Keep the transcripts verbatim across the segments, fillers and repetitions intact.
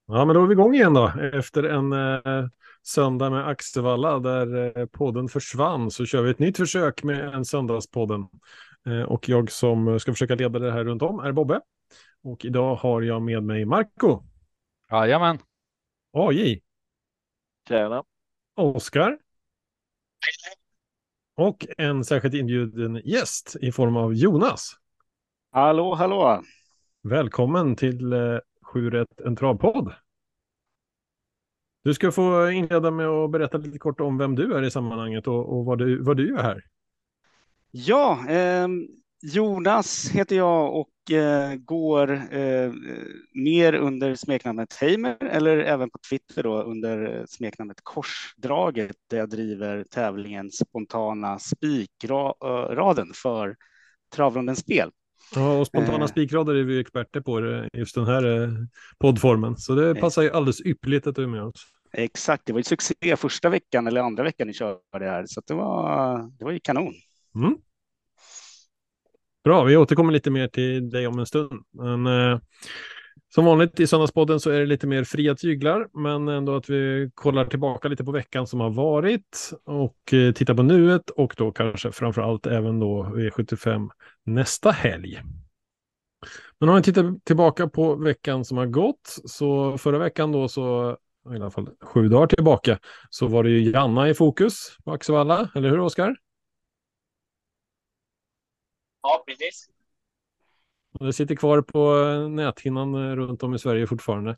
Ja, men då är vi igång igen då. Efter en eh, söndag med Axevalla där eh, podden försvann så kör vi ett nytt försök med en söndagspodden. Eh, och jag som ska försöka leda det här runt om är Bobbe. Och idag har jag med mig Marco, Jajamän. A J, Tjena. Oskar och en särskilt inbjuden gäst i form av Jonas. Hallå, hallå. Välkommen till eh, sju rätt en travpodd. Du ska få inleda med att berätta lite kort om vem du är i sammanhanget och, och vad, du, vad du gör här. Ja, eh, Jonas heter jag och eh, går eh, mer under smeknamnet Heimer eller även på Twitter då under smeknamnet Korsdraget där jag driver tävlingen Spontana spikraden för Travrondens spel. Ja, och spontana Eh, spikrader är vi experter på det, just den här eh, poddformen. Så det eh, passar ju alldeles ypperligt att du är med oss. exakt, det var ju succé första veckan eller andra veckan ni körde det här, så att det var, det var ju kanon. Mm. Bra, vi återkommer lite mer till dig om en stund. Men eh, som vanligt i Söndagspodden så är det lite mer fria tyglar, men ändå att vi kollar tillbaka lite på veckan som har varit och eh, tittar på nuet och då kanske framför allt även då V sjuttiofem nästa helg. Men om vi tittar tillbaka på veckan som har gått så förra veckan då så i alla fall sju dagar tillbaka så var det ju Janna i fokus på Axevalla, eller hur Oskar? Ja, precis. Och det sitter kvar på eh, näthinnan eh, runt om i Sverige fortfarande.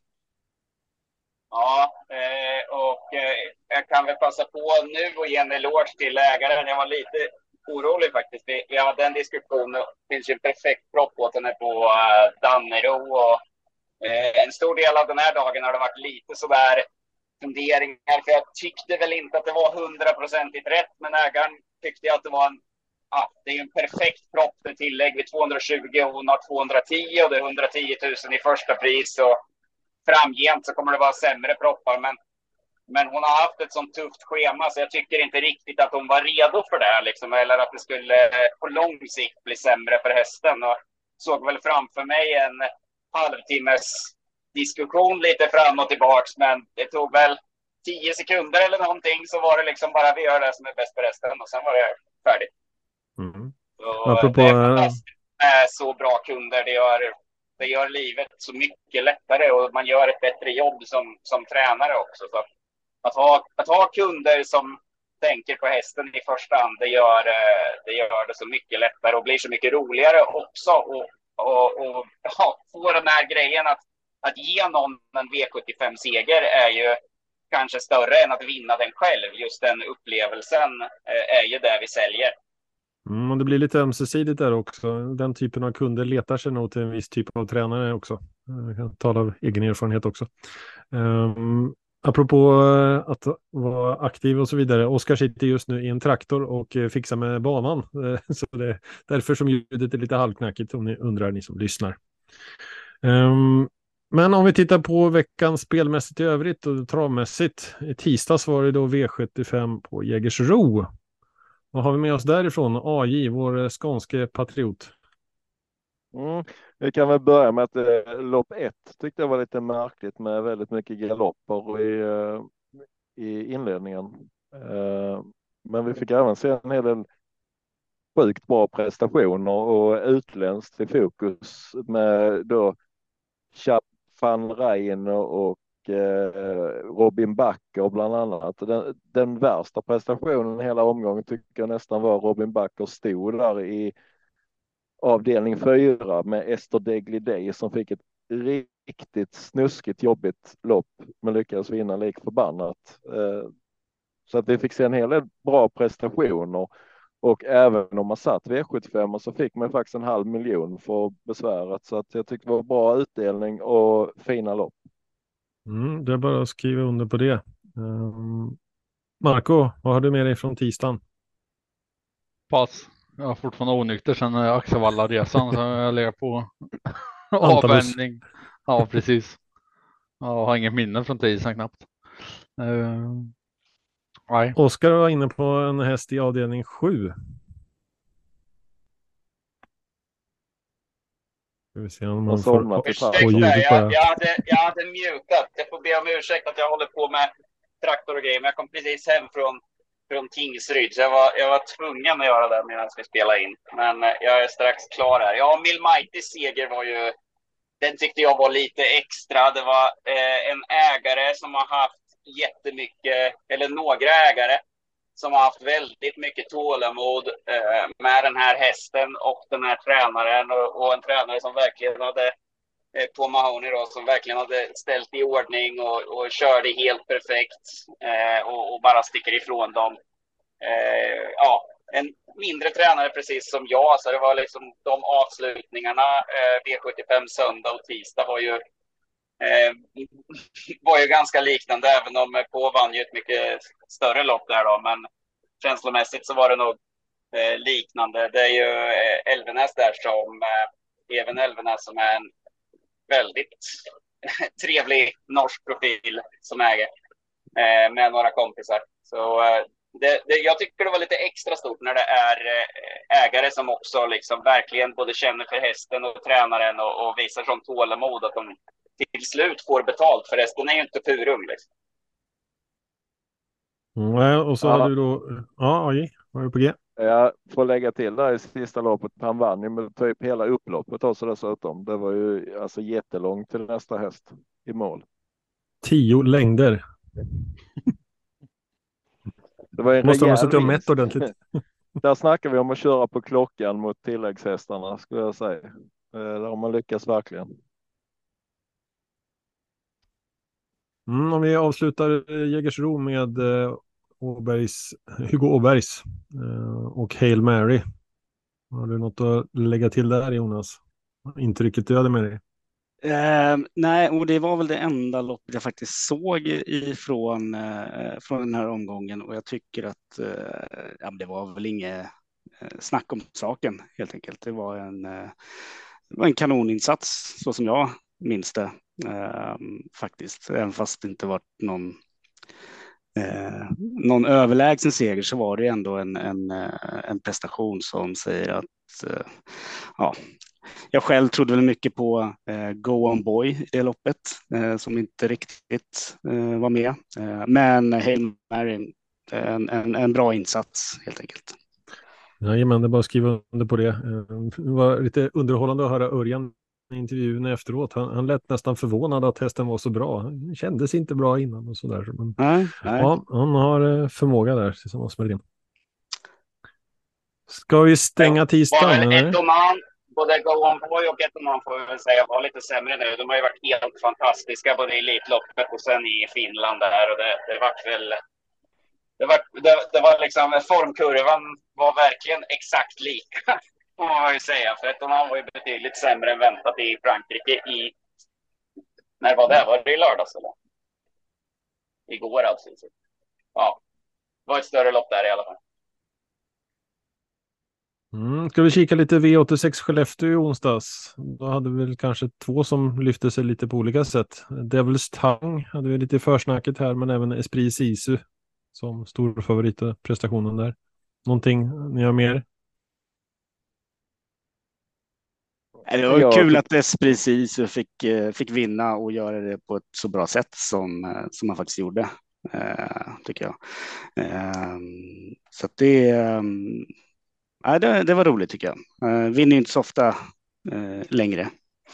Ja, eh, och eh, jag kan väl passa på nu och ge en eloge till ägaren. Jag var lite orolig faktiskt. Vi, vi hade en diskussion. Det finns ju en perfekt propp åt henne på eh, Dannero. Och, eh, en stor del av den här dagen har det varit lite sådär funderingar. För jag tyckte väl inte att det var hundraprocentigt rätt. Men ägaren tyckte att det var en Ja, det är en perfekt propp för tillägg vid tvåhundratjugo och hon har tvåhundratio och det är hundratio tusen i första pris och framgent så kommer det vara sämre proppar men, men hon har haft ett sånt tufft schema så jag tycker inte riktigt att hon var redo för det liksom, eller att det skulle på lång sikt bli sämre för hästen och såg väl framför mig en halvtimmes diskussion lite fram och tillbaks men det tog väl tio sekunder eller någonting så var det liksom bara vi gör det som är bäst för hästen och sen var det färdigt. Mm. Så Apropå, det är eh, fantastiskt med så bra kunder. Det gör, det gör livet så mycket lättare och man gör ett bättre jobb som, som tränare också. Så att, ha, att ha kunder som tänker på hästen i första hand, det gör, eh, det gör det så mycket lättare och blir så mycket roligare också. Och, och, och ja, få den här grejen att, att ge någon en V sjuttiofem-seger är ju kanske större än att vinna den själv. Just den upplevelsen eh, är ju det vi säljer. mm, och det blir lite ömsesidigt där också. Den typen av kunder letar sig nog till en viss typ av tränare också. Jag kan tala av egen erfarenhet också. Um, apropå eh, att vara aktiv och så vidare. Oskar sitter just nu i en traktor och eh, fixar med banan. Eh, så det är därför som ljudet är lite halvknackigt om ni undrar, ni som lyssnar. Um, men om vi tittar på veckans spelmässigt i övrigt och travmässigt. I tisdags var det då V sjuttiofem på Jägersro. Vad har vi med oss därifrån? A J, vår skånske patriot. Mm. Vi kan väl börja med att eh, lopp ett tyckte jag var lite märkligt med väldigt mycket galopper i, eh, i inledningen. Eh, men vi fick även se en hel del sjukt bra prestationer och utländskt i fokus med då Chap van Rijn och eh, Robin Backer bland annat. Den, den värsta prestationen i hela omgången tycker jag nästan var Robin Backer stod där i avdelning fyra med Ester Degliday som fick ett riktigt snuskigt jobbigt lopp men lyckades vinna lik förbannat. Eh, så att vi fick se en hel del bra prestationer och även om man satt V sjuttiofem så fick man faktiskt en halv miljon för besväret så att jag tyckte det var bra utdelning och fina lopp. Mm, det är bara att skriva under på det. Um, Marco, vad har du med dig från tisdagen? Pass. Jag är fortfarande onykter sedan eh, Axevalla-resan så jag lägger på Antabus. avvänjning. Ja, precis. Jag har inget minne från tisdagen knappt. Uh, nej. Oskar var inne på en häst i avdelning sju. Ska vi se om Jag man får somnat i få trappan. Ursäkta, ljudet jag, bara. jag, hade, jag hade mutat. Jag får be om ursäkt att jag håller på med traktor och grejer. Men jag kom precis hem från, från Tingsryd. Så jag var, jag var tvungen att göra det medan vi spelade in. Men eh, jag är strax klar här. Ja, Mill Mighties seger var ju... Den tyckte jag var lite extra. Det var eh, en ägare som har haft jättemycket... Eller några ägare som har haft väldigt mycket tålamod eh, med den här hästen och den här tränaren. Och, och en tränare som verkligen hade... eh, På Mahoney då, som verkligen hade ställt i ordning och, och körde helt perfekt eh, och, och bara sticker ifrån dem. Eh, ja, en mindre tränare precis som jag, så det var liksom de avslutningarna eh, V sjuttiofem söndag och tisdag var ju eh, var ju ganska liknande, även om på vann ju ett mycket större lopp där då, men känslomässigt så var det nog eh, liknande. Det är ju eh, Elvenäs där som eh, även Elvenäs som är en väldigt trevlig norsk profil som äger eh, med några kompisar. Så eh, det, det, jag tycker det var lite extra stort när det är eh, ägare som också liksom verkligen både känner för hästen och tränaren och, och visar sån tålamod att de till slut får betalt, för hästen är ju inte purum liksom. Nej, och så Ja. hade vi då, ja, A J, var du på G? Jag får lägga till där i sista loppet. Han vann ju med typ hela upploppet också dessutom. Det var ju alltså jättelångt till nästa häst i mål. Tio längder. Det var en Måste de ha rejäl suttit och vinst. mätt ordentligt. Där snackar vi om att köra på klockan mot tilläggshästarna, skulle jag säga. Eh, Där har man lyckats verkligen. Mm, om vi avslutar eh, Jägersro med eh, Åbergs, Hugo Åbergs eh, och Hail Mary. Har du något att lägga till där, Jonas? Intrycket du hade med dig? Eh, nej, och det var väl det enda loppet jag faktiskt såg ifrån eh, från den här omgången, och jag tycker att eh, ja, det var väl inget eh, snack om saken helt enkelt. Det var en, eh, det var en kanoninsats så som jag minns det eh, faktiskt, även fast det inte var någon Eh, någon överlägsen seger, så var det ändå en, en, eh, en prestation som säger att eh, ja, jag själv trodde väl mycket på eh, Go On Boy i det loppet eh, som inte riktigt eh, var med. Eh, men Hail Mary, en, en, en bra insats helt enkelt. Jajamän, det är bara att skriva under på det. Eh, Det var lite underhållande att höra Örjan i intervjun efteråt. Han, han lät nästan förvånad att hästen var så bra. Han kändes inte bra innan och sådär. Men Nej, nej. ja, han har eh, förmåga där tillsammans med Lin. Ska vi stänga Var tisdagen? väl eller? ett man, både Go On Boy och ett man får vi väl säga var lite sämre nu. De har ju varit helt fantastiska både i Elitloppet och sen i Finland där, och det, det var väl det var, det, det var liksom formkurvan var verkligen exakt lika, får man ju säga, för ett man var ju betydligt sämre än väntat i Frankrike i, när var det? Var det i lördags eller? Igår alltså. Ja, det var ett större lopp där i alla fall. Mm, ska vi kika lite V åttiosex Skellefteå i onsdags? Då hade vi väl kanske två som lyfte sig lite på olika sätt. Devils Tang hade vi lite i försnacket här, men även Esprit Sisu som stor favorit i prestationen där. Någonting ni har mer? Det var Ja, kul typ- att Esprit Sisu fick, eh, fick vinna och göra det på ett så bra sätt som, eh, som man faktiskt gjorde, eh, tycker jag. Eh, så att det, eh, ja, det, det var roligt tycker jag. Eh, vinner ju inte så ofta eh, längre.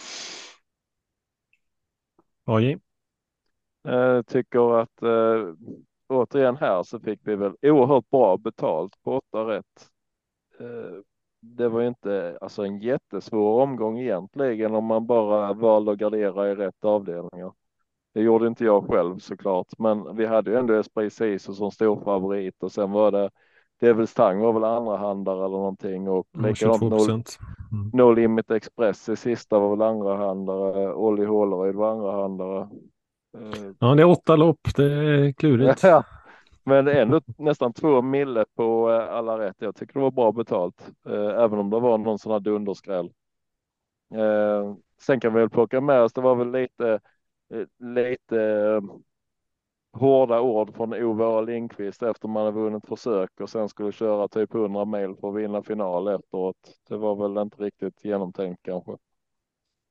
A J? Jag tycker att äh, återigen här så fick vi väl oerhört bra betalt på åtta rätt. Äh, det var ju inte alltså en jättesvår omgång egentligen om man bara valde att gardera i rätt avdelningar. Det gjorde inte jag själv såklart, men vi hade ju ändå Esprit Sisu som stor favorit, och sen var det Devils Tang var väl andra handlare eller någonting, och Mm, likadant tjugotvå noll, procent. Mm. no Limit Express i sista var väl andra handlare, Olli Håleryd var andra handlare. Eh, Ja, det är åtta lopp. Det är klurigt. Ja, men ändå nästan två mille på eh, alla rätt. Jag tycker det var bra betalt, eh, även om det var någon sån här dunderskräll. Eh, sen kan vi väl plocka med oss, det var väl lite, eh, lite eh, hårda ord från Ove A. Lindqvist efter man har vunnit försök och sen skulle köra typ hundra mil för att vinna final efteråt. Det var väl inte riktigt genomtänkt kanske.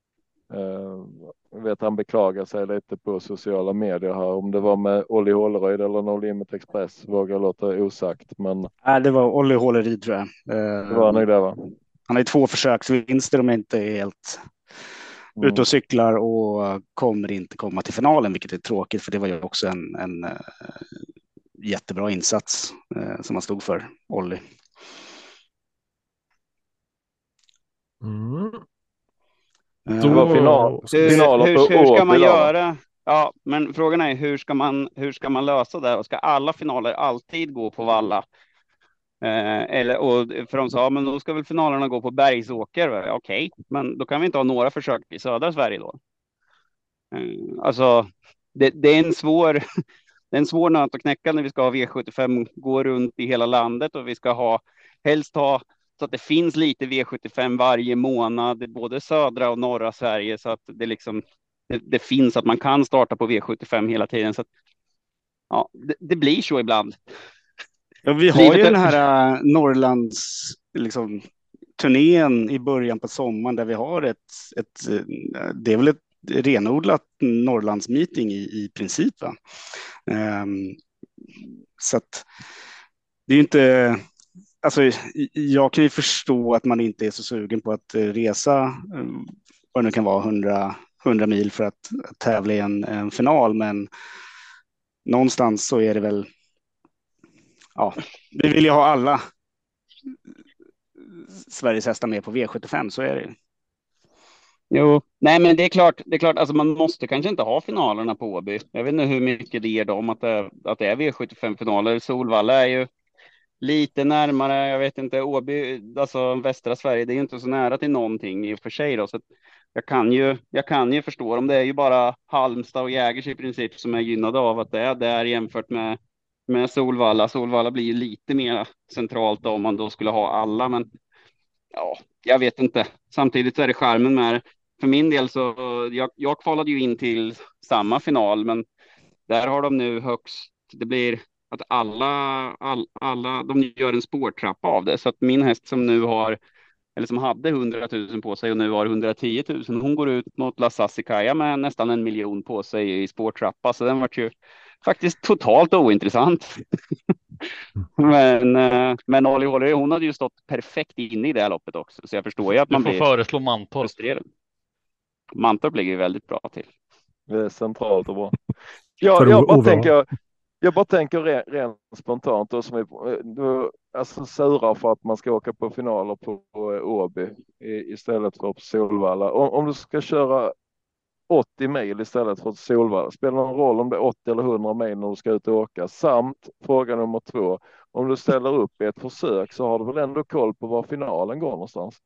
Uh, jag vet han beklagar sig lite på sociala medier här. Om det var med Olli Håleryd eller No Limit Express vågar låta osagt. Men Nej, det var Olli Håleryd tror jag. det var nog det, va? Han har ju två försöksvinster om jag inte är helt mm. ute och cyklar och kommer inte komma till finalen, vilket är tråkigt för det var ju också en, en uh, jättebra insats uh, som han stod för, Olli. Mm. Det var final, hur, finaler hur, på hur ska man Åby, göra? Ja, men frågan är hur ska man, hur ska man lösa det? Och ska alla finaler alltid gå på Valla? Eh, eller, och för de sa, men då ska väl finalerna gå på Bergsåker? Okej, okay, men då kan vi inte ha några försök i södra Sverige då. Eh, alltså, det, det är en svår, det är en svår nöt att knäcka när vi ska ha V sjuttiofem gå runt i hela landet och vi ska ha, helst ha så att det finns lite V sjuttiofem varje månad, både södra och norra Sverige, så att det liksom det, det finns att man kan starta på V sjuttiofem hela tiden. Så att, ja, det, det blir så ibland. Ja, vi har Livet ju är... den här uh, Norrlands liksom, turnén i början på sommaren där vi har ett, ett uh, det är väl ett renodlat Norrlands meeting i, i princip. Va? Um, så att det är ju inte, alltså jag kan ju förstå att man inte är så sugen på att resa vad det nu kan vara hundra, hundra mil för att tävla i en, en final, men någonstans så är det väl, ja, vi vill ju ha alla Sveriges hästar med på V sjuttiofem, så är det. Jo, nej men det är klart, det är klart, alltså man måste kanske inte ha finalerna på Åby. Jag vet inte hur mycket det ger dem att det, att det är V sjuttiofem-finaler. Solvalla är ju lite närmare, jag vet inte, Åby, alltså västra Sverige, det är ju inte så nära till någonting i och för sig då, så att jag kan ju, jag kan ju förstå dem. Det är ju bara Halmstad och Jägers i princip som är gynnade av att det är där jämfört med, med Solvalla. Solvalla blir ju lite mer centralt om man då skulle ha alla, men ja, jag vet inte. Samtidigt så är det skärmen med det. För min del så, jag, jag kvalade ju in till samma final, men där har de nu högst, det blir att alla, all, alla, de gör en spårtrappa av det. Så att min häst som nu har, eller som hade hundratusen på sig och nu har hundratiotusen, hon går ut mot La Sassicaia med nästan en miljon på sig i spårtrappa. Så den var ju faktiskt totalt ointressant. men men Olli Håller, hon hade ju stått perfekt in i det här loppet också. Så jag förstår ju att man blir blir föreslå Mantorp. Frustrerad. Mantorp ligger ju väldigt bra till. Det är centralt och bra. Ja, jag bara tänker, jag bara tänker rent, rent spontant då, som är, då, alltså sura för att man ska åka på finaler på, på Åby istället för på Solvalla. Om, om du ska köra åttio mil istället för Solvalla, spelar det någon roll om det är åttio eller hundra mil när du ska ut och åka? Samt fråga nummer två, om du ställer upp i ett försök så har du väl ändå koll på var finalen går någonstans?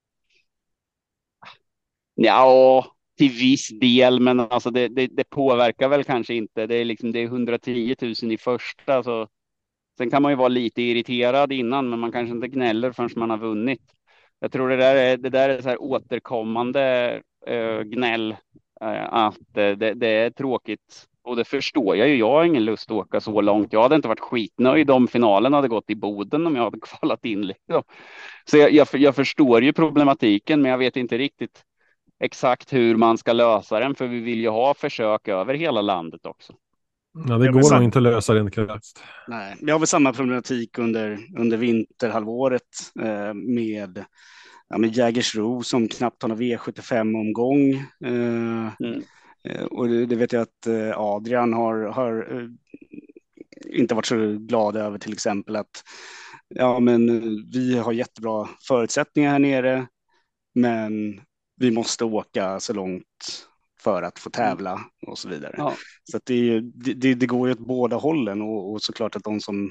Ja, till viss del, men alltså det, det, det påverkar väl kanske inte. Det är liksom det är hundratio tusen i första, så sen kan man ju vara lite irriterad innan, men man kanske inte gnäller förrän man har vunnit. Jag tror det där är det där är så här återkommande uh, gnäll uh, att uh, det, det är tråkigt, och det förstår jag ju. Jag har ingen lust att åka så långt. Jag hade inte varit skitnöjd om finalen hade gått i Boden om jag hade kvalat in liksom. Så jag, jag, jag förstår ju problematiken, men jag vet inte riktigt exakt hur man ska lösa den, för vi vill ju ha försök över hela landet också. Ja, det går nog inte att lösa den kraftigt. Nej, vi har väl samma problematik under, under vinterhalvåret eh, med, ja, med Jägersro som knappt har en V sjuttiofem-omgång. Eh, mm. eh, och det, det vet jag att eh, Adrian har, har eh, inte varit så glad över, till exempel att ja, men vi har jättebra förutsättningar här nere, men vi måste åka så långt för att få tävla och så vidare. Ja. Så att det, det, det går ju åt båda hållen, och, och såklart att de som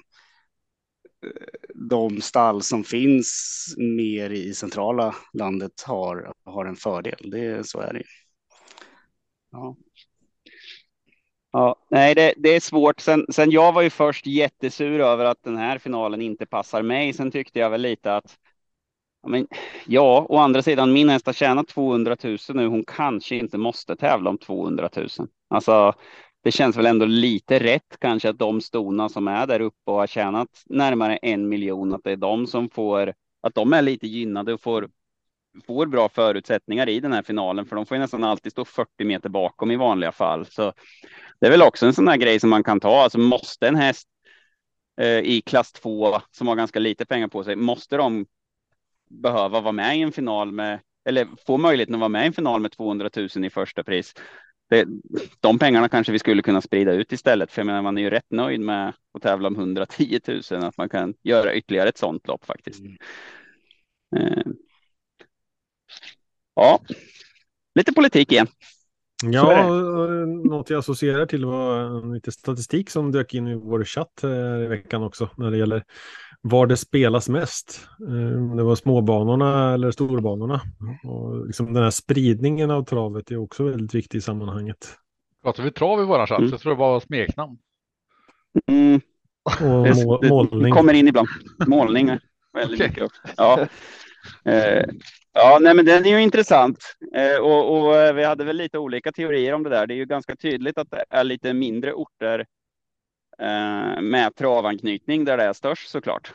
de stall som finns mer i centrala landet har, har en fördel. Det, så är det. Ja. Ja, nej, det, det är svårt. Sen, sen jag var ju först jättesur över att den här finalen inte passar mig. Sen tyckte jag väl lite att men, ja, å andra sidan, min häst har tjänat tvåhundratusen nu. Hon kanske inte måste tävla om tvåhundratusen. Alltså, det känns väl ändå lite rätt kanske att de stona som är där uppe och har tjänat närmare en miljon, att det är de som får, att de är lite gynnade och får får bra förutsättningar i den här finalen, för de får ju nästan alltid stå fyrtio meter bakom i vanliga fall. Så det är väl också en sån här grej som man kan ta. Alltså måste en häst eh, i klass två som har ganska lite pengar på sig, måste de behöva vara med i en final med, eller få möjligheten att vara med i en final med tvåhundratusen i första pris? Det, de pengarna kanske vi skulle kunna sprida ut istället, för jag menar, man är ju rätt nöjd med att tävla om hundratiotusen, att man kan göra ytterligare ett sånt lopp faktiskt. Mm. Eh. Ja, lite politik igen. Ja, något jag associerar till var lite statistik som dök in i vår chatt i veckan också när det gäller var det spelas mest. Det var småbanorna eller storbanorna. Och liksom den här spridningen av travet är också väldigt viktig i sammanhanget. Pratar vi trav i våran chatt? Mm. Jag tror det var smeknamn. Mm. Och må- målning. Kommer in ibland. Målning är väldigt okay. mycket också. Ja. Eh, ja, nej, men den är ju intressant. Eh, och, och vi hade väl lite olika teorier om det där. Det är ju ganska tydligt att det är lite mindre orter eh, med travanknytning där det är störst, såklart.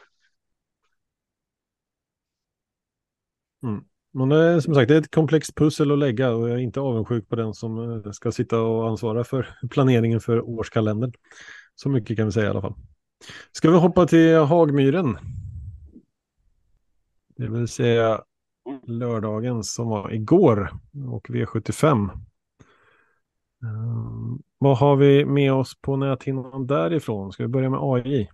Mm. Men det är, som sagt, det är ett komplext pussel att lägga, och jag är inte avundsjuk på den som ska sitta och ansvara för planeringen för årskalendern. Så mycket kan vi säga i alla fall. Ska vi hoppa till Hagmyren? Det vill säga lördagen som var igår, och V sjuttiofem. Um, vad har vi med oss på näthinnan därifrån? Ska vi börja med A I?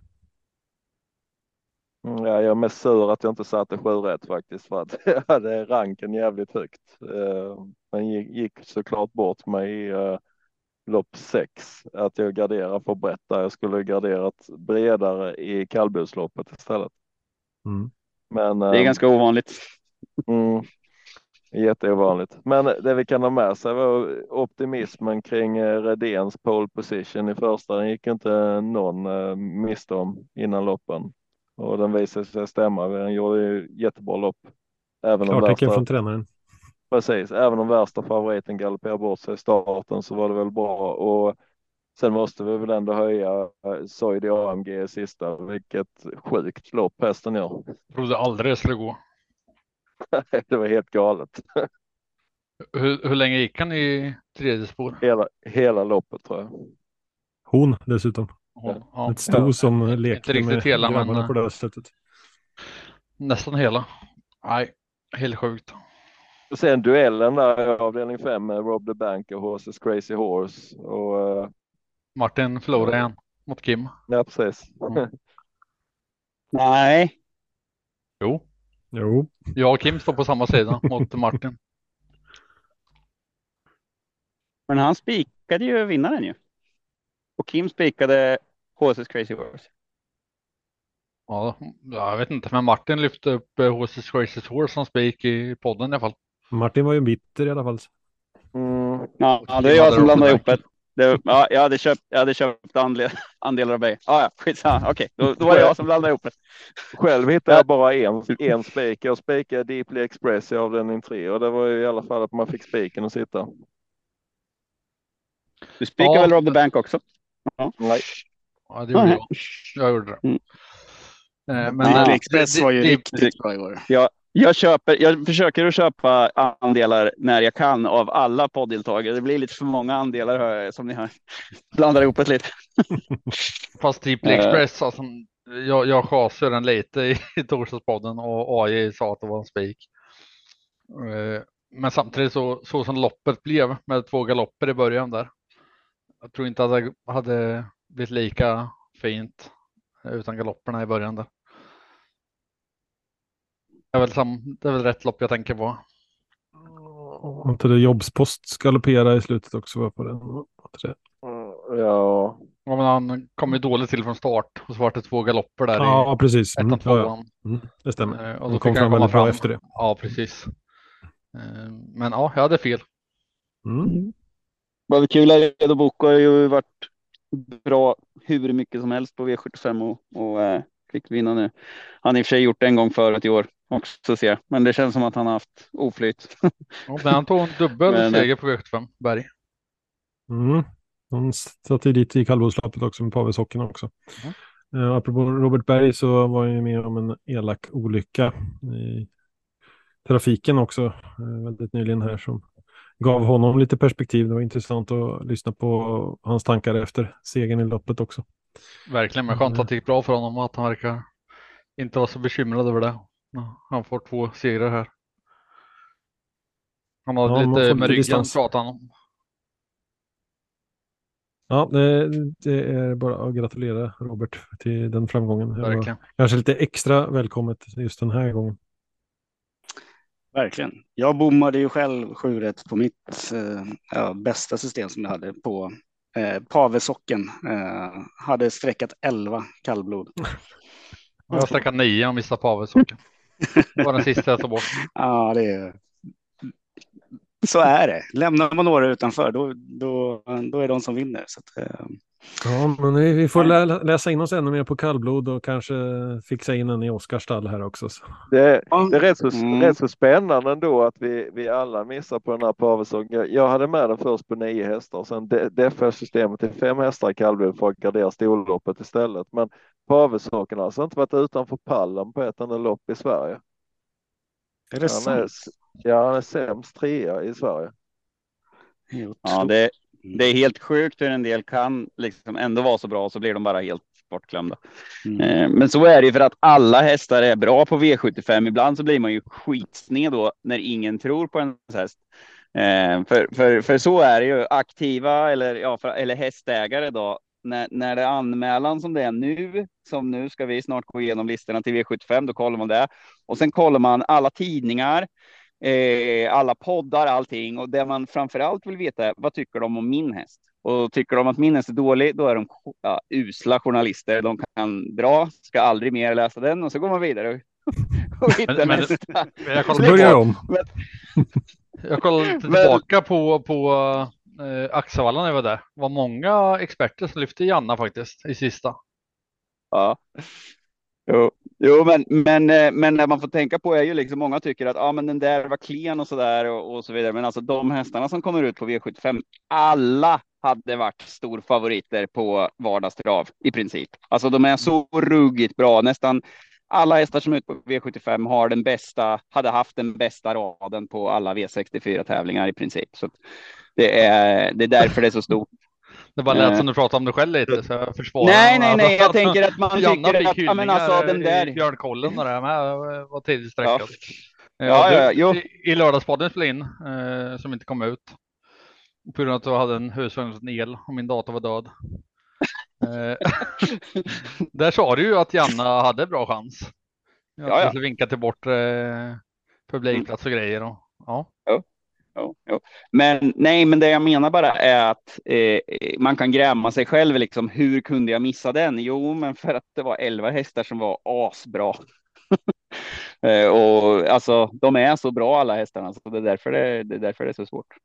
Ja, jag är mest sur att jag inte satte sju rätt faktiskt, för att jag hade ranken jävligt högt. Uh, men gick, gick såklart bort mig i uh, lopp sex. Att jag garderar för brett där. Jag skulle garderat bredare i kallblodsloppet istället. Mm. Men, uh, det är ganska ovanligt. Mm, jätteovanligt. Men det vi kan ha med sig var optimismen kring Redéns pole position i första. Den gick inte någon uh, miste om innan loppen. Och den visade sig stämma. Den gjorde ju jättebra lopp. Även om Klartecken värsta, från tränaren. Precis. Även om värsta favoriten galopperade bort sig i starten, så var det väl bra. Och sen måste vi väl ändå höja Soidi A M G i sista. Vilket sjukt lopp hästen gör. Jag trodde aldrig det skulle gå. Det var helt galet. Hur, hur länge gick han i tredje spår? Hela, hela loppet tror jag. Hon dessutom. Hon, ja. Ett sto som ja. lekte Inte med hela, grabbarna men, på det sättet. Nästan hela. Nej, helt sjukt. Och sen duellen där, avdelning fem med Rob the Bank och Horses Crazy Horse. Och, uh... Martin förlorade igen mot Kim. Ja, precis. Mm. Nej. Jo. Jo. Jag och Kim står på samma sida mot Martin. Men han spikade ju vinnaren ju. Och Kim spikade Horses Crazy Horse. Ja, jag vet inte, men Martin lyfte upp Horses Crazy Horse som spik i podden i alla fall. Martin var ju bitter i alla fall. Mm. Ja, det är jag som blandade ihop det. det ja, jag hade köpt, jag hade köpt andel, andelar av mig. Ah, ja, skitsamma. Okej, okay. då, då var det jag som blandade ihop det. Själv hittade jag bara en, en spik. Jag spikade Deeply Express i avdelning tre, och det var ju i alla fall att man fick spiken att sitta. Du spikade ja. väl Rob the Bank också? Ja. Nej. Ja, det gjorde jag. Jag gjorde det. Mm. Men Deeply Express var ju det, riktigt bra i år. Ja, jag, köper, jag försöker att köpa andelar när jag kan av alla podddeltagare. Det blir lite för många andelar hör jag, som ni har blandar ihop ett lite. Fast Deeply Express, alltså, jag, jag chasade den lite i, i torsdagspodden och A I sa att det var en spik. Men samtidigt så, så som loppet blev med två galopper i början där. Jag tror inte att det hade blivit lika fint utan galopperna i början där. Det är väl, sam, det är väl rätt lopp jag tänker på. Och inte det Jobbspost galoppera i slutet också på den. Ja. Ja, men han kom ju dåligt till från start och så var det två galopper där. Ja, i precis. Mm, ja, ja. Mm, det stämmer. Och då kom han komma fram efter det. Ja, precis. Men ja, jag hade fel. Mm. Vad var kul att Edo Boko har ju varit bra hur mycket som helst på V sjuttiofem och, och äh, fick vinna nu. Han har i och för sig gjort det en gång förut i år också, ser jag. Men det känns som att han har haft oflyt. Ja, men han tog en dubbel men, seger på V sjuttiofem, Berg. Mm. Han satt dit i kallblodsloppet också med Paveshocken också. Mm. Uh, apropå Robert Berg så var jag med om en elak olycka i trafiken också eh, väldigt nyligen här som gav honom lite perspektiv. Det var intressant att lyssna på hans tankar efter segern i loppet också. Verkligen, men skönt att det gick bra för honom och att han verkar inte vara så bekymrad över det. Han får två segrar här. Han har Ja, man får lite lite med ryggen distans. pratat han om. Ja, det, det är bara att gratulera Robert till den framgången. Det var Verkligen. kanske lite extra välkommet just den här gången. Verkligen. Jag bommade ju själv sju rätt på mitt eh, ja, bästa system som jag hade på eh, Pavesocken. Eh, hade sträckat elva kallblod. Jag har sträckat nio och missat Pavesocken. Det var den sista jag tog bort. Ja, det är... Så är det. Lämnar man några utanför, då, då, då är de som vinner. Så att, eh... Ja, men vi, vi får lä läsa in oss ännu mer på kallblod och kanske fixa in en i Oskarstall här också. Så. Det, det är rätt så, Mm. rätt så spännande ändå att vi, vi alla missar på den här Pavesson. Jag, jag hade med den först på nio hästar och sen D F S-systemet till fem hästar i kallblod för att gardera storloppet istället. Men Pavesson har alltså inte varit utanför pallen på ett enda lopp i Sverige. Är det Han är, sant? ja, han är sämst trea i Sverige. Ja, det, det är helt sjukt hur en del kan liksom ändå vara så bra, så blir de bara helt bortglömda. Mm. Eh, men så är det ju för att alla hästar är bra på V sjuttiofem. Ibland så blir man ju skitsned då när ingen tror på en häst. Eh, för, för, för så är det ju aktiva eller, ja, för, eller hästägare då. När, när det är anmälan som det är nu, som nu ska vi snart gå igenom listorna till V sjuttiofem, då kollar man det. Och sen kollar man alla tidningar, eh, alla poddar, allting. Och det man framförallt vill veta är, vad tycker de om min häst? Och tycker de att min häst är dålig, då är de ja, usla journalister. De kan dra, ska aldrig mer läsa den, och så går man vidare och, och hittar Men, men, nästa. jag Så kollar, börjar om. jag kollar lite Men- tillbaka på, på eh, Axevalla när jag var där. Det var många experter som lyfte Janna faktiskt i sista. Ja. Jo, jo men, men, eh, men när man får tänka på är ju liksom, många tycker att ah, men den där var klen och så där och, och så vidare. Men alltså de hästarna som kommer ut på V sjuttiofem, alla hade varit storfavoriter på vardagstrav i princip. Alltså de är så ruggigt bra. Nästan alla hästar som är ute på V sjuttiofem har den bästa, hade haft den bästa raden på alla V sextiofyra tävlingar i princip. Så att det är, det är därför det är så stort. Det bara lät som du pratade om dig själv lite, så jag försvarar. Nej, nej, nej, jag Alltså, tänker att man Janna tycker fick att, ja men alltså hyllningar den där. i Björnkollen och det här med var tidigt sträckad. Ja. Ja, ja, jo. I, i lördagspodden spelade in, eh, som inte kom ut. På grund av att jag hade en husvagn el och min dator var död. Eh, där sa du ju att Janna hade bra chans. Jag Ja, ja. skulle vinka till bort eh, publikplats och grejer. Och, ja. Jo, jo. Men nej, men det jag menar bara är att eh, man kan gräma sig själv liksom, hur kunde jag missa den? Jo, men för att det var elva hästar som var asbra. eh, och alltså, de är så bra alla hästarna, så det är därför det, det är därför det är så svårt.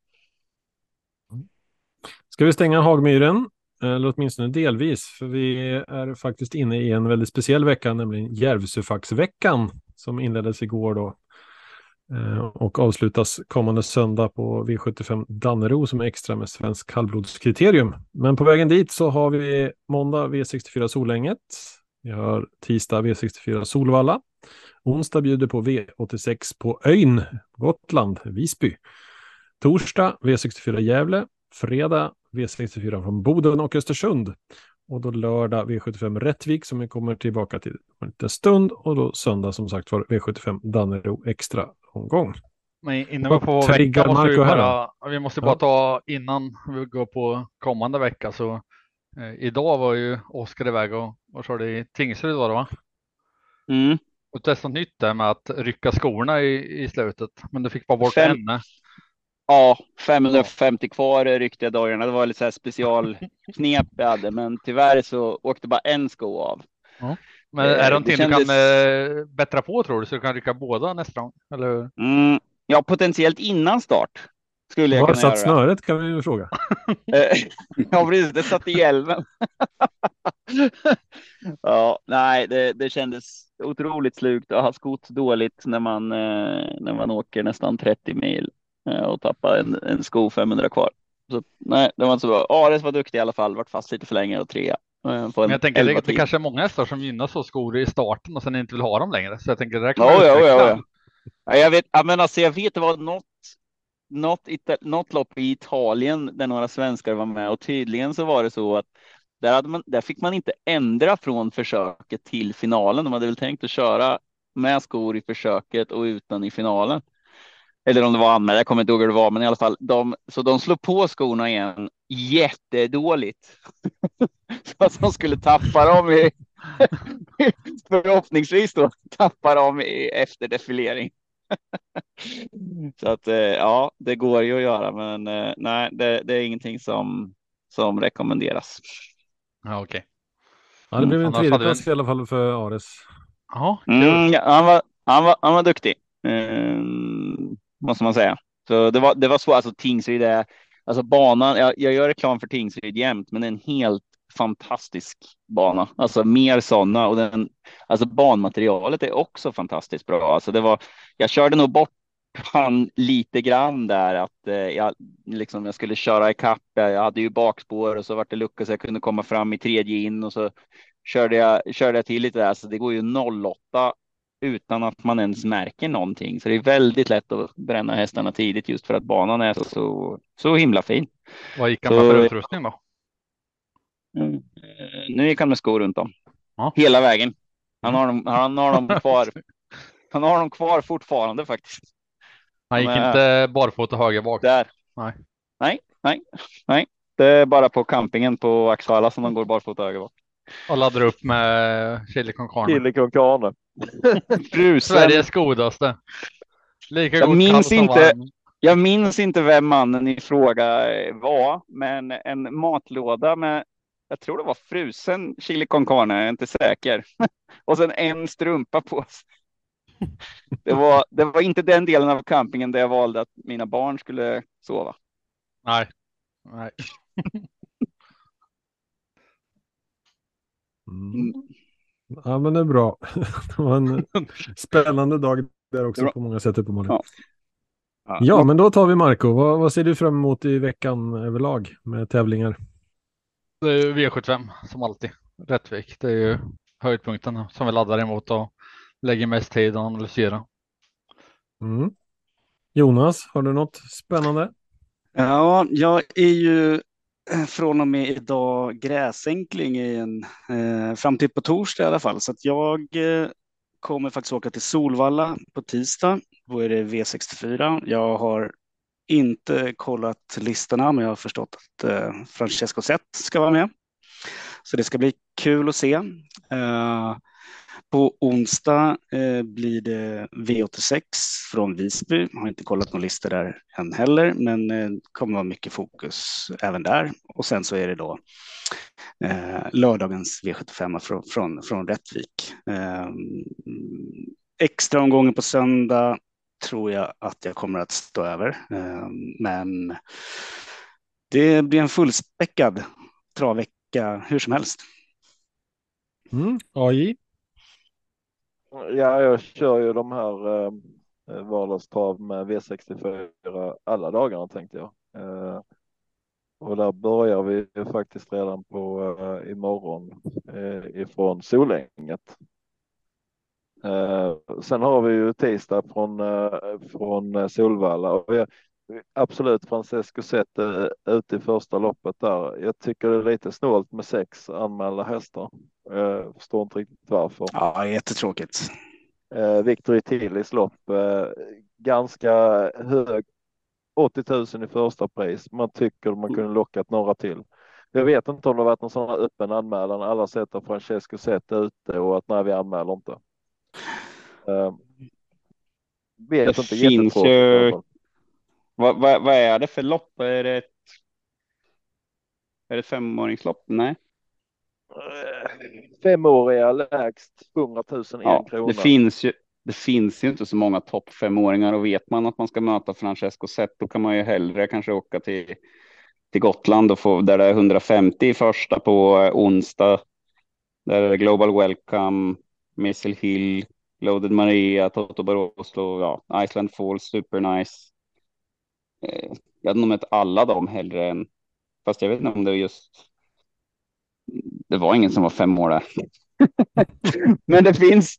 Ska vi stänga Hagmyren? Eller åtminstone delvis, för vi är faktiskt inne i en väldigt speciell vecka, nämligen Järvsöfaxveckan som inleddes igår då. Och avslutas kommande söndag på V sjuttiofem Dannero som är extra med svensk kallblodskriterium. Men på vägen dit så har vi måndag V sextiofyra Solänget. Vi har tisdag V sextiofyra Solvalla. Onsdag bjuder på V åttiosex på Öjn, Gotland, Visby. Torsdag V sextiofyra Gävle. Fredag V sextiofyra från Boden och Östersund. Och då lördag V sjuttiofem Rättvik som vi kommer tillbaka till en liten stund. Och då söndag som sagt var V sjuttiofem Dannero extra omgång. Men innan vi på vecka måste vi bara, vi måste bara ta innan vi går på kommande vecka. Så eh, idag var ju Oskar iväg och, och körde i Tingsryd var det va? Mm. Och testa något nytt där med att rycka skorna i, i slutet. Men du fick bara bort Fem. en. Ja, femhundrafemtio kvar ryckte jag dagarna. Det var lite så här specialknep jag hade, men tyvärr så åkte bara en sko av. Ja. Men är det någonting det kändes... du kan äh, bättra på tror du, så du kan rycka båda nästa gång? Eller? Mm, ja, potentiellt innan start skulle jag Var kunna satt göra. snöret kan vi ju fråga. Ja, precis. Det satt i hjälmen. Ja, nej, det, det kändes otroligt slugt att ha skott dåligt när man, eh, när man åker nästan trettio mil eh, och tappar en, en sko femhundra kvar. Så nej, det var inte så bra. Ares var duktig i alla fall, vart fast lite för länge och trea. Men jag tänker det, det kanske är många hästar som gynnas av skor i starten och sen inte vill ha dem längre. Så jag tänker det där kan ja, man ja, ja, ja. Ja, jag vet, ja, men alltså jag vet det var något, något, ita- något lopp i Italien där några svenskar var med och tydligen så var det så att där, hade man, där fick man inte ändra från försöket till finalen. De hade väl tänkt att köra med skor i försöket och utan i finalen. Eller om det var anmäld, jag kommer inte ihåg hur det var, men i alla fall, de, så de slog på skorna igen jättedåligt. Så att de skulle tappa dem i, förhoppningsvis då, tappa dem i, efter defilering. Så att eh, ja, det går ju att göra, men eh, nej, det, det är ingenting som, som rekommenderas. Ja, okej. Ja, det blev en Annars tredje hade vi plats i alla fall för Ares. Ja, kul. Mm, ja, han, var, han, var, han var duktig, eh, måste man säga. Så det var, det var så, alltså Tingsryd är, alltså banan, jag, jag gör reklam för Tingsryd jämt, men det är en helt fantastisk bana. Alltså mer sådana, och den, alltså banmaterialet är också fantastiskt bra. Alltså det var, jag körde nog bort han lite grann där att eh, jag, liksom, jag skulle köra i kapp. Jag hade ju bakspår och så var det lucka så jag kunde komma fram i tredje in och så körde jag, körde jag till lite där. Så det går ju noll åtta utan att man ens märker någonting. Så det är väldigt lätt att bränna hästarna tidigt just för att banan är så, så, så himla fin. Vad gick han Så- med för utrustning då? Mm. Eh, Nu gick han med skor runt om. Ja. Hela vägen. Han har dem, han har dem kvar. Han har dem kvar fortfarande faktiskt. Han gick Men- inte barfota höger bak. Där. Nej. Nej, nej, nej. Det är bara på campingen på Axhalla som de går barfota höger bak. Och laddar upp med chili con carne. Chili con carne. Frusen. Sveriges godaste. Lika Jag god minns kall som inte- varm. Jag minns inte vem mannen i fråga var, men en matlåda med, jag tror det var frusen chili con carne, jag är inte säker. Och sen en strumpa på sig. Det var, det var inte den delen av campingen där jag valde att mina barn skulle sova. Nej. Nej. Mm. Ja, men det är bra. Det var en spännande dag där också Bra. på många sätt uppenbarligen. Ja. Ja. ja, men då tar vi Marco. Vad, vad ser du fram emot i veckan överlag med tävlingar? Det är ju V sjuttiofem som alltid. Rättvik. Det är ju höjdpunkten som vi laddar emot och lägger mest tid att analysera. Mm. Jonas, har du något spännande? Ja, jag är ju eh, från och med idag gräsänkling i en, eh, fram till på torsdag i alla fall. Så att jag eh, kommer faktiskt åka till Solvalla på tisdag. Då är det V sextiofyra. Jag har inte kollat listorna, men jag har förstått att eh, Francesco Zet ska vara med. Så det ska bli kul att se. Eh, på onsdag eh, blir det V åttiosex från Visby. Jag har inte kollat någon lista där än heller, men eh, kommer vara mycket fokus även där. Och sen så är det då eh, lördagens V sjuttiofem från, från, från Rättvik. Eh, extra omgången på söndag tror jag att jag kommer att stå över. Eh, men det blir en fullspäckad travvecka hur som helst. Mm. A J? Ja, jag kör ju de här eh, vardagstrav med V sextiofyra alla dagarna tänkte jag. Eh, och där börjar vi ju faktiskt redan på eh, imorgon eh, ifrån Solänget. Eh, sen har vi ju tisdag från, eh, från Solvalla och jag, absolut Francesco Zet eh, ut i första loppet där. Jag tycker det är lite snålt med sex anmälda hästar. Jag förstår inte riktigt varför. Ja, jättetråkigt. Eh, Victor Tillis lopp, eh, ganska hög, åttio tusen i första pris. Man tycker man kunde lockat några till. Jag vet inte om det har varit någon sån här öppen anmälan. Alla sätter Francesco Zet ute och att nej, vi anmäler inte. Eh, vet Det inte, finns jättetråkigt i ju- alla fall. Vad, vad, vad är det för lopp? Är det ett, är det ett femåringslopp? Nej. Eh, Femåriga lägst hundratusen Ja, en krona. det finns ju. Det finns ju inte så många topp femåringar och vet man att man ska möta Francesco Zet då kan man ju hellre kanske åka till, till Gotland och få där det är hundrafemtio i första på eh, onsdag. Där är det Global Welcome, Missile Hill, Loaded Maria, Toto Barroso, ja, Iceland Falls, Super Nice. Eh, jag hade nog mött alla dem hellre än, fast jag vet inte om det var just, det var ingen som var fem år där. Men det finns,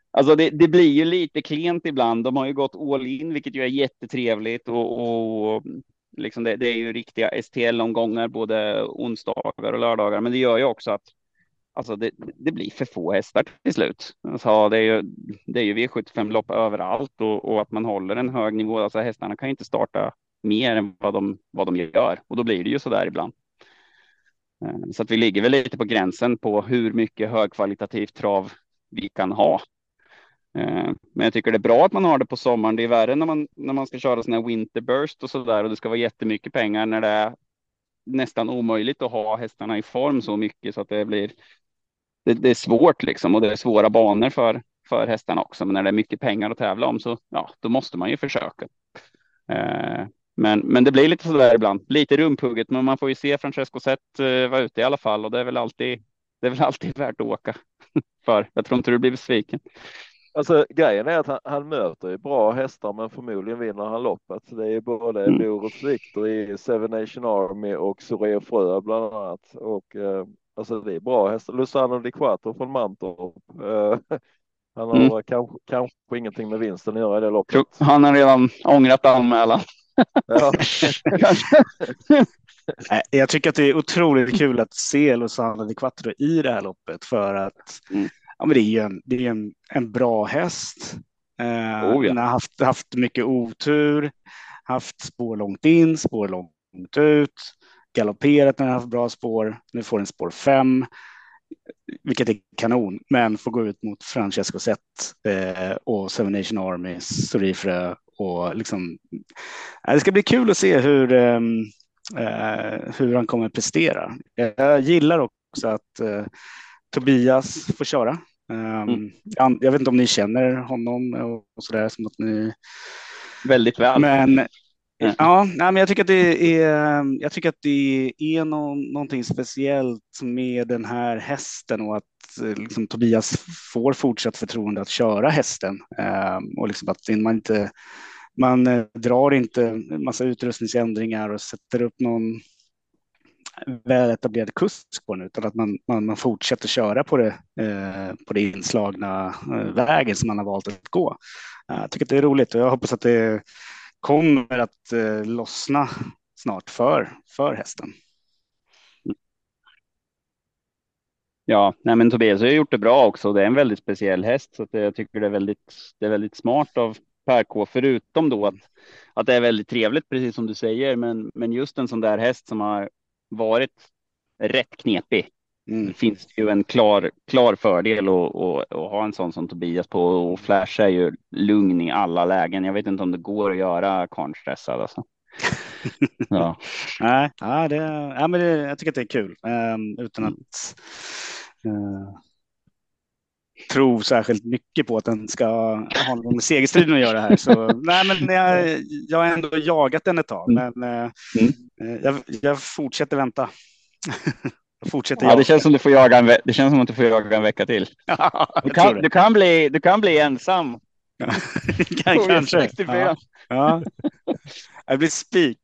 Alltså det, det blir ju lite klent ibland. De har ju gått all in, vilket ju är jättetrevligt. Och, och liksom det, det är ju riktiga S T L-omgångar både onsdagar och lördagar. Men det gör ju också att alltså det, det blir för få hästar till slut. Alltså det är ju, det är ju V sjuttiofem-lopp överallt och, och att man håller en hög nivå. Alltså hästarna kan ju inte starta mer än vad de, vad de gör. Och då blir det ju så där ibland. Så att vi ligger väl lite på gränsen på hur mycket högkvalitativt trav vi kan ha. Men jag tycker det är bra att man har det på sommaren. Det är värre när man, när man ska köra såna här winterburst och så där. Och det ska vara jättemycket pengar när det är nästan omöjligt att ha hästarna i form så mycket så att det blir det, det är svårt liksom. Och det är svåra banor för, för hästarna också. Men när det är mycket pengar att tävla om så ja, då måste man ju försöka. Men, men det blir lite sådär ibland. Lite rumphugget, men man får ju se Francesco Zet vara ute i alla fall. Och det är väl alltid, det är väl alltid värt att åka för. Jag tror inte du blir besviken. Alltså grejen är att han, han möter ju bra hästar, men förmodligen vinner han loppet. Det är ju både mm. Borups Victor i Seven Nation Army och Soreo Frö bland annat. Och eh, alltså det är bra hästar. Luzano Di Quattro från Mantorp. Eh, han har mm. kanske, kanske ingenting med vinsten att göra i det loppet. Han har redan ångrat anmälan. Ja. Jag tycker att det är otroligt kul att se Luzano Di Quattro i det här loppet för att mm. ja, men det är en, det är en, en bra häst. Eh, oh, ja. Den har haft, haft mycket otur, haft spår långt in, spår långt ut, galopperat när den har haft bra spår. Nu får den spår fem, vilket är kanon, men får gå ut mot Francesco Zet eh, och Seven Nation Army, Sorifre och liksom. Eh, det ska bli kul att se hur, eh, hur han kommer att prestera. Jag gillar också att eh, Tobias får köra. Um, mm. jag, jag vet inte om ni känner honom och sådär som att ni väldigt väl. Men mm. ja, nej, men jag tycker att det är jag tycker att det är någon, någonting speciellt med den här hästen och att liksom, Tobias får fortsatt förtroende att köra hästen um, och liksom att man inte man eh, drar inte massa utrustningsändringar och sätter upp någon väl etablerad kurs på den, utan att man, man, man fortsätter köra på det, eh, på det inslagna eh, vägen som man har valt att gå. Eh, jag tycker att det är roligt och jag hoppas att det kommer att eh, lossna snart för, för hästen. Ja, nej men Tobias har gjort det bra också. Det är en väldigt speciell häst så att jag tycker det är väldigt, det är väldigt smart av Per K, förutom då att, att det är väldigt trevligt precis som du säger, men, men just en sån där häst som har varit rätt knepig. Mm. Det finns ju en klar, klar fördel att, att, att ha en sån som Tobias på, och Flash är ju lugn i alla lägen. Jag vet inte om det går att göra Karn stressad alltså. Ja. Nej, ja, det, ja, men det, jag tycker att det är kul um, utan mm. att uh, tro särskilt mycket på att den ska ha någon med segerstriden att göra här. Så, nej, men jag, jag har ändå jagat den ett tag, men uh, mm. jag, jag fortsätter vänta. jag fortsätter ja, det känns som du får jaga en, ve- det känns som att du får jaga en vecka till. Ja, du, kan, du, kan bli, du kan bli ensam. Kanske. Ja. Ja. Jag blir spik.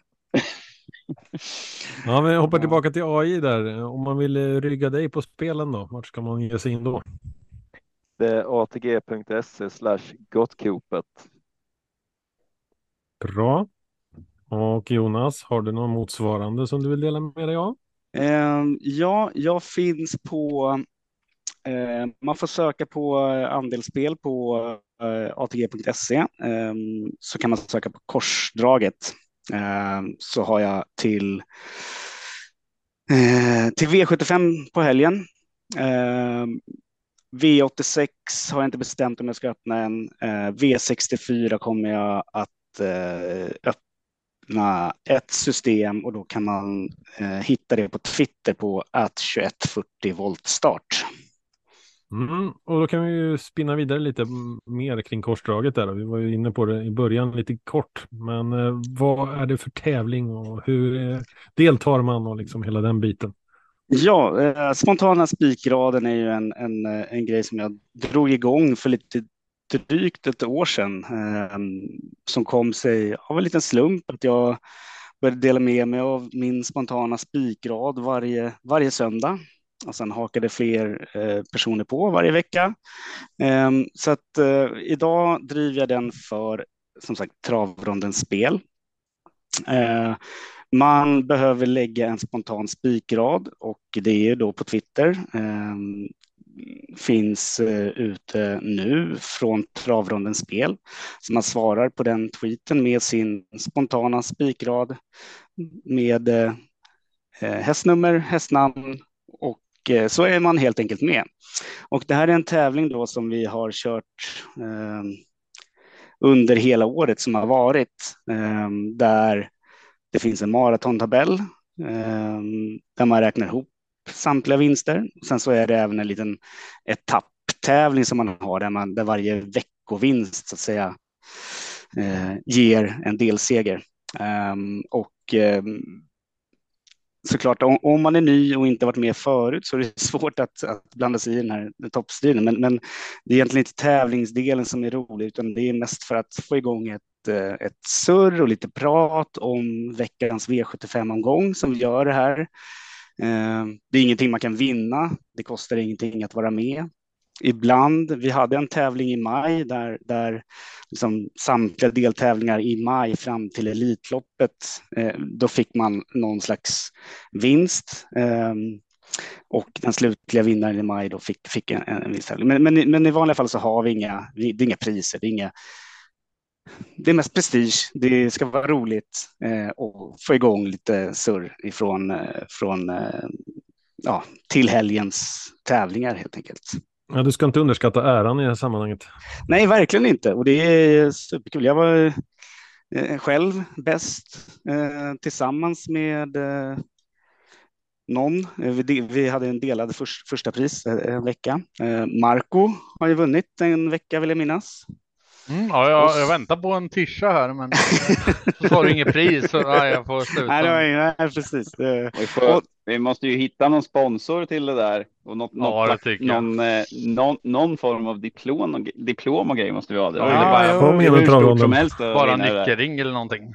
Ja, men jag hoppar tillbaka till A I där. Om man vill rygga dig på spelen då, vart ska man ge sig in då? Det är atg.se slash gottkopet. Bra. Och Jonas, har du någon motsvarande som du vill dela med dig av? Um, ja, jag finns på uh, man får söka på andelsspel på uh, atg.se um, så kan man söka på korsdraget. Uh, så har jag till uh, till V sjuttiofem på helgen. Uh, V åttiosex har jag inte bestämt om jag ska öppna än. Uh, V sextiofyra kommer jag att uh, öppna ett system och då kan man uh, hitta det på Twitter på at tjugoett fyrtio voltstart. Mm, och då kan vi ju spinna vidare lite mer kring korsdraget där. Vi var ju inne på det i början lite kort, men eh, vad är det för tävling och hur eh, deltar man och liksom hela den biten? Ja, eh, spontana spikraden är ju en, en, en grej som jag drog igång för lite drygt ett år sedan eh, som kom sig av en liten slump att jag började dela med mig av min spontana spikrad varje, varje söndag. och sen hakade fler eh, personer på varje vecka. Eh, så att eh, idag driver jag den för, som sagt, Travrondens spel. Eh, man behöver lägga en spontan spikrad och det är då på Twitter. Eh, finns eh, ute nu från Travrondens spel. Så man svarar på den tweeten med sin spontana spikrad med eh, hästnummer, hästnamn och eh, så är man helt enkelt med. Och det här är en tävling då som vi har kört eh, under hela året som har varit, eh, där det finns en maratontabell eh, där man räknar ihop samtliga vinster. Sen så är det även en liten etapptävling som man har där, man, där varje veckovinst så att säga eh, ger en delseger. Um, och um, såklart om, om man är ny och inte varit med förut så är det svårt att, att blanda sig i den här toppstriden. Men, men det är egentligen inte tävlingsdelen som är rolig, utan det är mest för att få igång ett, ett surr och lite prat om veckans V sjuttiofem-omgång som vi gör det här. Det är ingenting man kan vinna. Det kostar ingenting att vara med. Ibland, vi hade en tävling i maj där, där liksom samtliga deltävlingar i maj fram till Elitloppet, eh, då fick man någon slags vinst. Eh, och den slutliga vinnaren i maj då fick, fick en, en vinst. Men, men, men i vanliga fall så har vi inga, det är inga priser, det är inga. Det är mest prestige, det ska vara roligt eh, och få igång lite surr ifrån, eh, från, eh, ja, till helgens tävlingar helt enkelt. Ja, du ska inte underskatta äran i det här sammanhanget. Nej, verkligen inte. Och det är superkul. Jag var eh, själv bäst eh, tillsammans med eh, någon. Vi, vi hade en delad för, första pris eh, en vecka. Eh, Marco har ju vunnit en vecka, vill jag minnas. Mm, ja, jag, jag väntar på en tischa här, men så får du inget pris så ja, jag får sluta. Nej, det var, nej precis. Vi, får, vi måste ju hitta någon sponsor till det där. Och något, ja, något, det någon, eh, någon, någon form av diplom och, diplom och grejer måste vi ha. Det. Ja, Ja, bara, ja, kom igen, hur stort som helst. bara nyckelring eller någonting.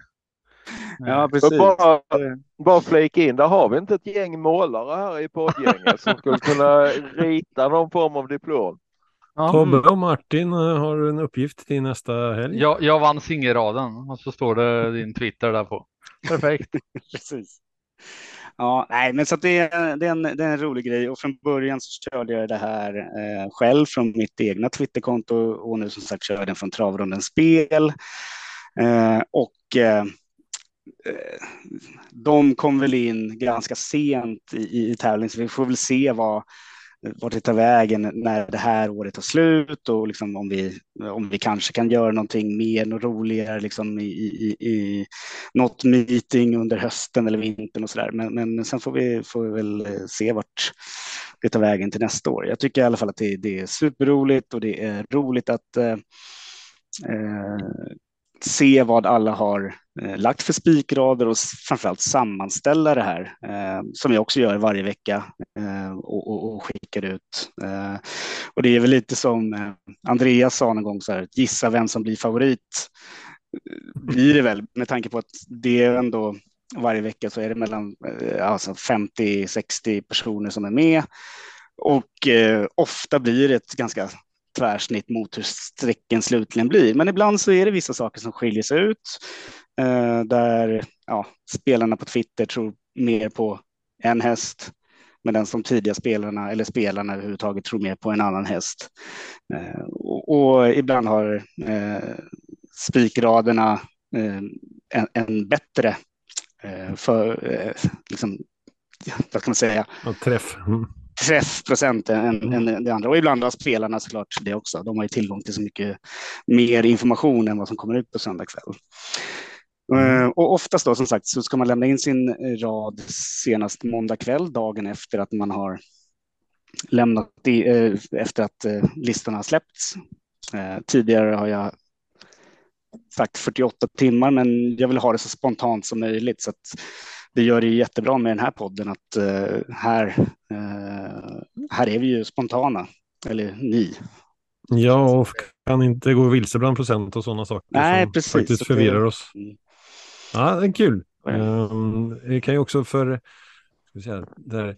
Ja, precis. Bara, bara flika in, där har vi inte ett gäng målare här i poddgänget som skulle kunna rita någon form av diplom. Ja. Tobbe och Martin har en uppgift till nästa helg. Jag, jag vann singelraden och så står det din Twitter där på. Perfekt. Precis. Ja, nej, men så att det, är, det, är en, det är en rolig grej och från början så körde jag det här eh, själv från mitt egna Twitterkonto och nu som sagt kör jag den från Travrondens spel. Eh, och eh, de kom väl in ganska sent i, i tävlingen så vi får väl se vad vart det tar vägen när det här året tar slut och liksom om vi om vi kanske kan göra någonting mer och roligare liksom i, i, i något meeting under hösten eller vintern och så där. Men, men sen får vi får vi väl se vart det tar vägen till nästa år. Jag tycker i alla fall att det, det är superroligt och det är roligt att eh, se vad alla har eh, lagt för spikrader och framförallt sammanställa det här eh, som jag också gör varje vecka eh, och, och, och skickar ut. Eh, och det är väl lite som eh, Andreas sa någon gång så här, gissa vem som blir favorit. Blir det väl med tanke på att det är ändå varje vecka så är det mellan eh, alltså femtio sextio personer som är med och eh, ofta blir det ett ganska tvärsnitt mot hur strecken slutligen blir. Men ibland så är det vissa saker som skiljer sig ut. Eh, där ja, spelarna på Twitter tror mer på en häst. Medan de tidiga spelarna eller spelarna överhuvudtaget tror mer på en annan häst. Eh, och, och ibland har eh, spikraderna eh, en, en bättre eh, för eh, liksom, vad kan man säga? Ja, träff. Mm. träffprocent än, än det andra. Och ibland har spelarna såklart det också. De har ju tillgång till så mycket mer information än vad som kommer ut på söndag kväll. Mm. Och oftast då som sagt så ska man lämna in sin rad senast måndag kväll, dagen efter att man har lämnat det, efter att listorna har släppts. Tidigare har jag sagt fyrtioåtta timmar, men jag vill ha det så spontant som möjligt så att det gör det jättebra med den här podden att uh, här, uh, här är vi ju spontana, eller ni. Ja, och kan inte gå vilse bland procent och sådana saker. Nej, som precis. faktiskt förvirrar det... oss. Mm. Ja, det är kul. Mm. Um, det kan ju också för ska vi säga, där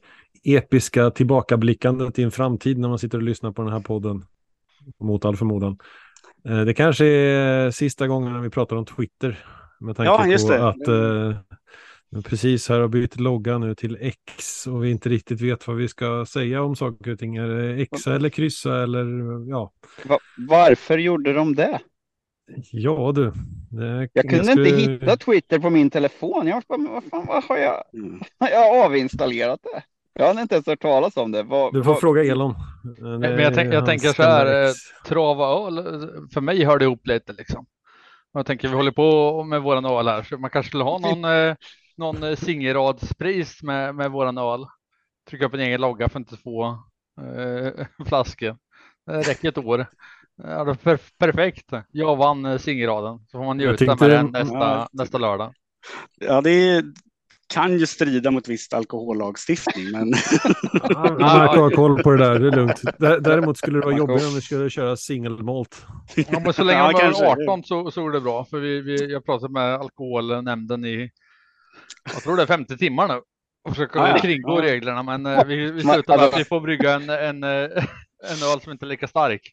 episka tillbakablickandet i en framtid när man sitter och lyssnar på den här podden. Mot all förmodan. Eh, det kanske är sista gången vi pratar om Twitter. Med tanke Ja, just på det. att eh, precis här har bytt logga nu till X och vi inte riktigt vet vad vi ska säga om saker och ting. Är det Xa eller kryssa eller ja. Va- varför gjorde de det? Ja du. Det, Jag kunde skulle... inte hitta Twitter på min telefon. Jag bara, men vad fan, vad har jag? Mm. Har jag avinstallerat det? Jag hade inte ens hört talas om det. Vad, Du får vad... fråga Elon. Men jag, tänk, jag tänker så här, eh, trava öl, för mig hör det ihop lite liksom. Jag tänker vi håller på med våran öl här, så man kanske skulle ha någon, eh, någon eh, singelradspris med, med våran öl. Trycka upp en egen logga för inte två eh, flaskor. Det räcker ett år. Ja, det är per perfekt. Jag vann eh, singelraden, så får man njuta tänkte- med den nästa, Ja. nästa lördag. Ja, det kan ju strida mot visst alkohollagstiftning, men Ja, Marco har koll på det där, det är lugnt. Dä- Däremot skulle det vara jobbigt om vi skulle köra singelmalt. Ja, men så länge Ja, man kanske. är arton så, så är det bra. För vi, vi, jag pratade med alkoholnämnden i, jag tror det är femtio timmar nu. Och försöka Ah, ja. kringgå Ja. reglerna. Men eh, vi, vi Men, slutar med alltså- att vi får brygga en, en, eh, en öl som inte är lika stark.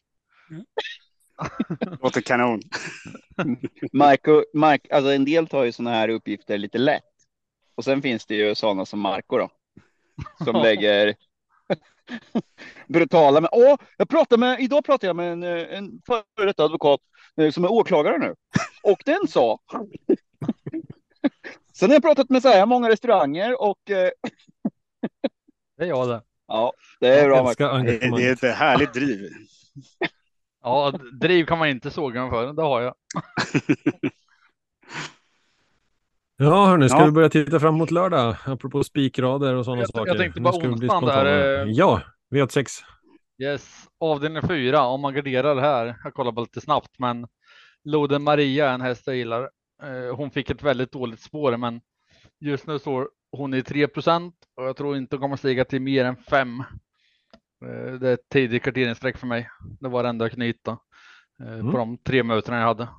det låter kanon. Marco, Mark, alltså en del tar ju sådana här uppgifter lite lätt. Och sen finns det ju sådana som Marco då. Som lägger brutala med. Åh, jag pratar med, idag pratar jag med en, en före detta advokat eh, som är åklagare nu. Och den sa. Sen har jag pratat med så här många restauranger och eh, Det är jag det. ja, det är bra Jag Marco. älskar Det, engagemang. det är ett härligt driv. Ja, driv kan man inte såga mig för. Det har jag. Ja hörni, ska Ja. vi börja titta fram mot lördag? Apropå spikrader och sådana Jag- jag saker. tänkte Nu bara ska vi bli onsdagen spontana. där, eh, Ja, V åttiosex. Yes, avdelning fyra. Om man garderar här. Jag kollar bara lite snabbt, men Loden Maria är en häst jag gillar. Eh, Hon fick ett väldigt dåligt spår, men just nu står hon i tre procent och jag tror inte hon kommer stiga till mer än fem. Eh, Det är ett tidigt karteringssträck för mig. Det var det enda jag knyta eh, Mm. på de tre mötena jag hade.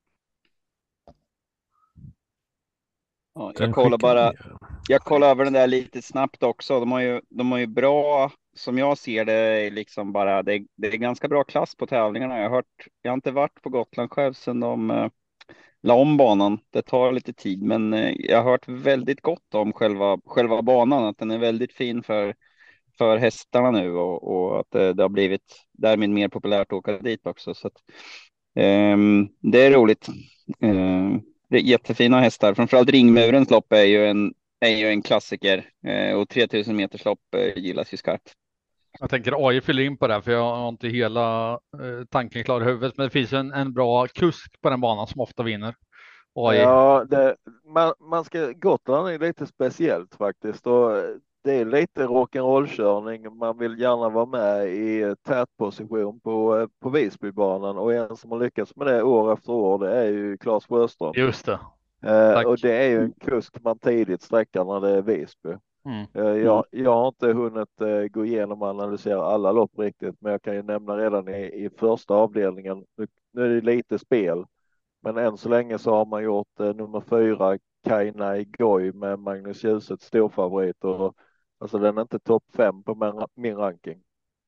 Ja, Den jag kollar skickar bara. vi. Jag kollar över den där lite snabbt också. De har ju, de har ju bra, som jag ser det, liksom bara, det, är- det är ganska bra klass på tävlingarna. Jag har hört, jag har inte varit på Gotland själv sedan de eh, la om banan. Det tar lite tid, men eh, jag har hört väldigt gott om själva, själva banan. Att den är väldigt fin för, för hästarna nu och, och att det, det har blivit därmed mer populärt att åka dit också. Så att, ehm, det är roligt. Ehm, det är jättefina hästar. Framförallt Ringmurens lopp är ju en, är ju en klassiker. Eh, och tre tusen meters lopp eh, gillas ju skarpt. Jag tänker A I fyller in på det här, för jag har inte hela eh, tanken klar i huvudet. Men det finns ju en, en bra kusk på den banan som ofta vinner. A I. Ja, det, man, man ska, Gotland är lite speciellt faktiskt och det är lite rock'n'roll-körning. Man vill gärna vara med i tätposition på, på Visbybanan och en som har lyckats med det år efter år, det är ju Claes Sjöström. Just det. Eh, tack. och det är ju en kusk man tidigt sträcker när det är Visby. Mm. Eh, jag, jag har inte hunnit eh, gå igenom och analysera alla lopp riktigt, men jag kan ju nämna redan i, i första avdelningen, nu, nu är det lite spel, men än så länge så har man gjort eh, nummer fyra Kainai Goy med Magnus Djusets storfavorit och alltså den är inte topp fem på min, min ranking.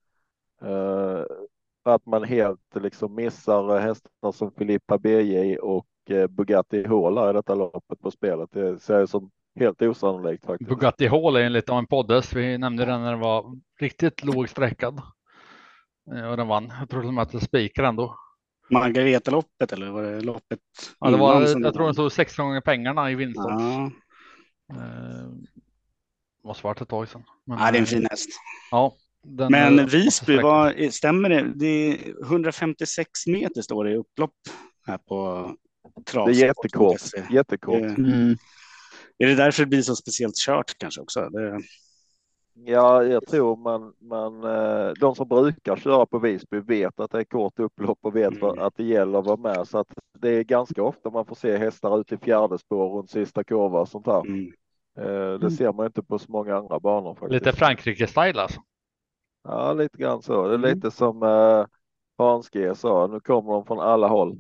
Eh, att man helt liksom missar hästar som Filippa B J och eh, Bugatti Håla i detta loppet på spelet. Det ser jag som helt osannolikt faktiskt. Bugatti Hall är lite av en poddes. Vi nämnde den när den var riktigt lågsträckad. Eh, Och den vann. Jag tror till och med att det spikar ändå. Margareta-loppet eller var det loppet Ja, det var, innan som jag tror den vann? stod sexton gånger pengarna i vinst. Ja. Eh, Det var svart ett tag sedan. Men, Ja, det är en eh, fin häst. Ja, den, Men eh, Visby, måste vad, stämmer det? Det är hundrafemtiosex meter står det i upplopp här på trav. Det är jättekort. Jättekort. Eh, Mm. Är det därför det blir så speciellt kört kanske också? Det, Ja, jag tror man, man, eh, de som brukar köra på Visby vet att det är kort upplopp och vet Mm. vad, att det gäller att vara med. Så att det är ganska ofta man får se hästar ut i fjärde spår runt sista kurva och sånt här. mm. Eh, Det ser man inte på så många andra banor faktiskt. Lite Frankrike-style alltså. Ja, lite grann så. Det är Mm. lite som eh, Hans G sa, nu kommer de från alla håll.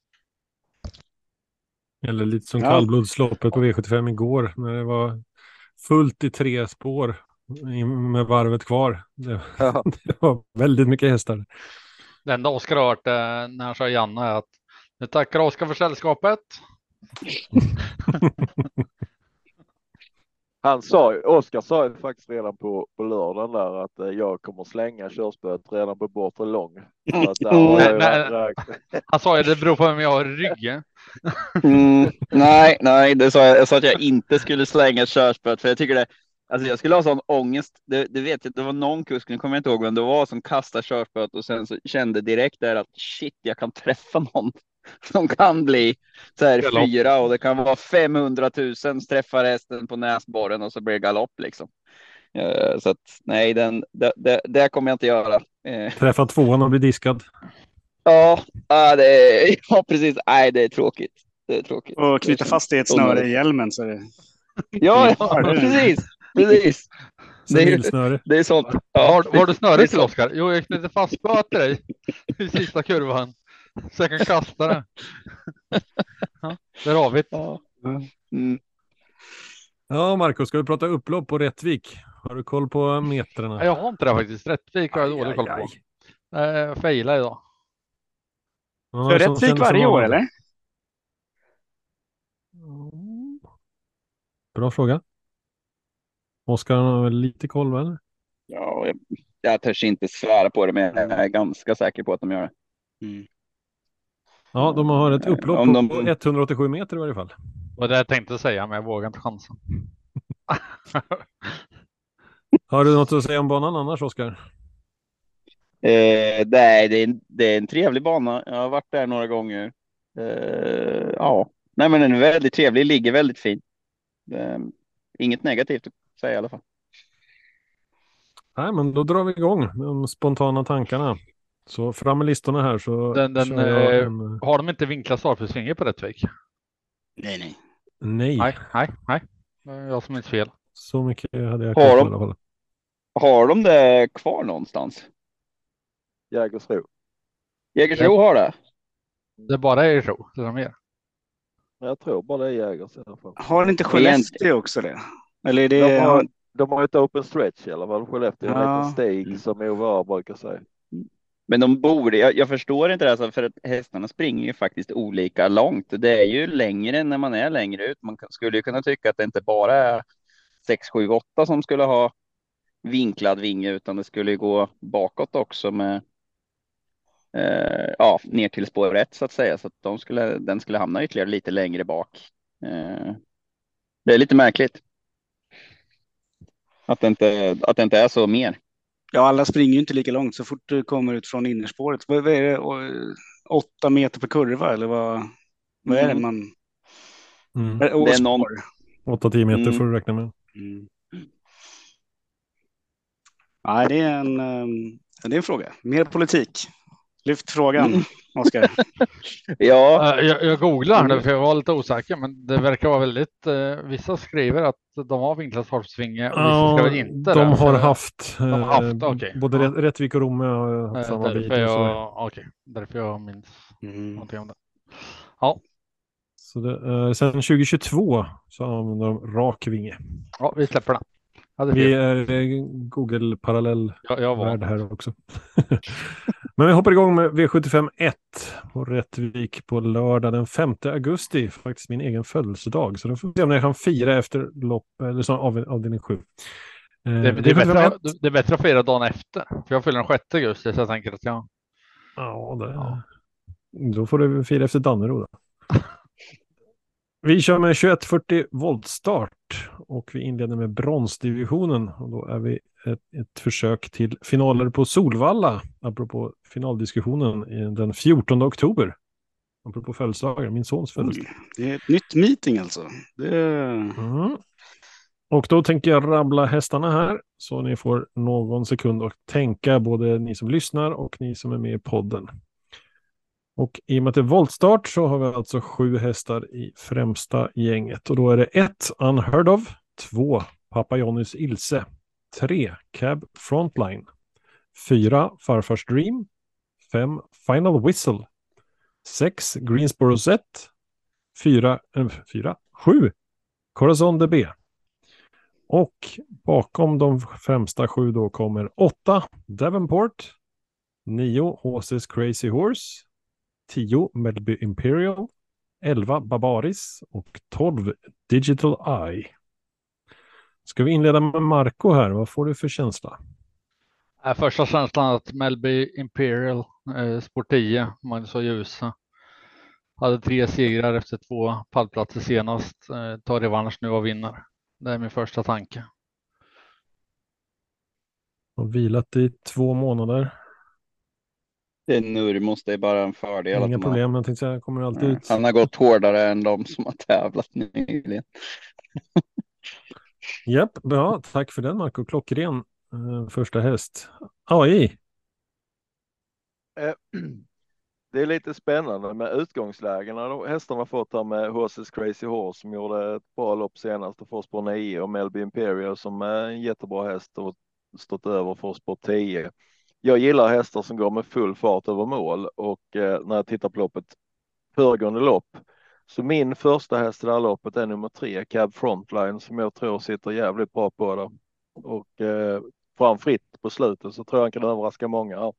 Eller lite som Ja. kallblodsloppet på V sjuttiofem igår när det var fullt i tre spår med varvet kvar. Det, Ja. det var väldigt mycket hästar. Det enda Oskar har hört eh, när han kör Janne är att nu tackar Oskar för sällskapet. Han sa ju, Oskar sa ju faktiskt redan på, på lördagen där att eh, jag kommer slänga körspöet redan på bortre lång. Så att där har jag ju Nej, varit nej. räk- Han sa ju det beror på vem jag har i ryggen. Mm, nej, nej, det sa jag, jag sa att jag inte skulle slänga körspöet för jag tycker det, alltså jag skulle ha sån ångest, det, det vet jag, det var någon kusk, nu kommer jag inte ihåg vem det var som kastade körspöet och sen så kände direkt där att shit, jag kan träffa någon som kan bli så här Galopp. fyra och det kan vara femhundratusen träffar hästen på näsborren och så blir det galopp liksom. Eh, så att nej, den, det, det, det kommer jag inte göra. Eh, Träffa tvåan och bli diskad. ja, ja, det är, ja, precis. Nej, det är tråkigt. Det är tråkigt. Och knyta fast det i ett snöre i hjälmen så är det... Ja, ja, precis. Precis. Det är, Senilsnöre. det är sånt. Har, Ja, har du det är snöre till sånt. Oskar? Jo, jag knyter fast spöet till dig i sista kurvan. Så jag kan kasta det. Ja, där har vi det. Ja. Mm. Ja, Marco, ska vi prata upplopp på Rättvik? Har du koll på metrarna? Nej, jag har inte det faktiskt. Rättvik har jag Aj, dålig aj, koll på. aj. Eh, Jag failar idag. Ja, Kör som Rättvik kändes varje som år vanligt. eller? Mm. Bra fråga. Oskar har väl lite koll, väl? Ja, jag, jag törs inte svära på det, men jag är ganska säker på att de gör det. Mm. Ja, de har ett upplopp Om de- på etthundraåttiosju meter i varje fall. Och det jag tänkte säga, men jag vågar inte chansa. Har du något att säga om banan annars, Oskar? Eh, nej, det är, en, det är en trevlig bana. Jag har varit där några gånger. Eh, ja, nej, men den är väldigt trevlig, ligger väldigt fint. Eh, inget negativt att säga i alla fall. Nej, men då drar vi igång med de spontana tankarna. Så fram med listorna här så Den, den, kör jag eh, en... Har de inte vinklat startförsvingar på Rättvik? Nej, nej. Nej, Nej, nej, nej. Det är jag som är fel. så mycket hade jag Har koll på de- i alla fall. Har de det kvar någonstans? Jägersro. Jägersro har det. Det är bara er tro. Det är de er. Men jag tror bara det är Jägers i alla fall. Har inte Skellefteå också det? Eller är det... De har, har... de har ett open stretch i alla fall. Skellefteå har Ja. en steg som Ove Aar brukar säga. Men de borde, jag, jag förstår inte det, alltså, för att hästarna springer ju faktiskt olika långt. Det är ju längre när man är längre ut. Man kan- skulle ju kunna tycka att det inte bara är sex, sju, åtta som skulle ha vinklad vinge, utan det skulle ju gå bakåt också med eh, ja, ner till spår ett så att säga. Så att de skulle, den skulle hamna ytterligare lite längre bak. Eh, det är lite märkligt. Att det inte, att det inte är så mer. Ja, alla springer ju inte lika långt så fort du kommer ut från innerspåret. Vad vad är det? Å- Åtta meter per kurva eller vad, vad är det Mm. man... Mm. Och Det är någon- spår. åtta till tio meter Mm. får du räkna med. Mm. Nej, det är en, ehm, det är en fråga. Mer politik. Lyft frågan, Mm. Oskar. Ja, Eh, Jag, jag googlar nu för jag var lite osäker, men det verkar vara väldigt... Eh, vissa skriver att de har vinklat startförsvingar och vissa skriver inte de det. har Så- haft, har eh, haft, okej. både Ja. Rätt- Rättvik och Romme har eh, haft samma bil. därför, och Så, jag, okej, därför jag minns Mm. någonting om det. Ja, så det, eh, sen tjugohundratjugotvå så använder de rak vinge. ja, vi släpper den. Hade Vi fel. är eh, Google-parallell Jag, jag var. värld här också. Men vi hoppar igång med V sjuttiofem ett på Rättvik på lördag den femte augusti. Faktiskt min egen födelsedag. Så då får vi se om jag kan fira efter lopp, eller så av, avdelning sju. Eh, Det, det, är V sjuttiofem bättre, ett. det är bättre att fira dagen efter. För jag fyller den sjätte augusti så jag tänker att jag... Ja, det, Ja. då får du fira efter Dannero då. Vi kör med tjugoett fyrtio voltstart och vi inleder med bronsdivisionen och då är vi ett, ett försök till finaler på Solvalla apropå finaldiskussionen i den fjortonde oktober. Apropå födelsedagar, min sons födelsedag. Oj, det är ett nytt meeting alltså. Det är... Mm. Och då tänker jag rabbla hästarna här så ni får någon sekund att tänka, både ni som lyssnar och ni som är med i podden. Och i och med att det är voltstart så har vi alltså sju hästar i främsta gänget. Och då är det ett Unheard of, två Papa Johnnys Ilse, tre Cab Frontline, fyra Farfars Dream, fem Final Whistle, sex Greensboro Set, fyra, äh, fyra, sju Corazon D B, Och bakom de främsta sju då kommer åtta Davenport, nio Horses Crazy Horse, tio Melby Imperial, elva Barbaris och tolv Digital Eye. Ska vi inleda med Marco här? Vad får du för känsla? Äh, första känslan att Melby Imperial, eh, spår tio, Magnus och Ljusa. Hade tre segrar efter två pallplatser senast. Eh, tar revansch nu och vinner. Det är min första tanke. Har vilat i två månader. Det är Nurmos, det är bara en fördel. Inga att problem, har... jag tänkte säga, kommer alltid ut. Han har gått hårdare än de som har tävlat nyligen. Japp, bra. Tack för den, Marco. Klockren. Uh, första häst. A I. Eh, Det är lite spännande med utgångslägena då hästarna fått här med Horses Crazy Horse som gjorde ett bra lopp senast och Forspår nio och Melby Imperial som är en jättebra häst och stått över Forspår tio. Jag gillar hästar som går med full fart över mål och eh, när jag tittar på loppet föregående lopp så min första häst i det här loppet är nummer tre Cab Frontline som jag tror sitter jävligt bra på det och eh, fram fritt på slutet så tror jag han kan överraska många.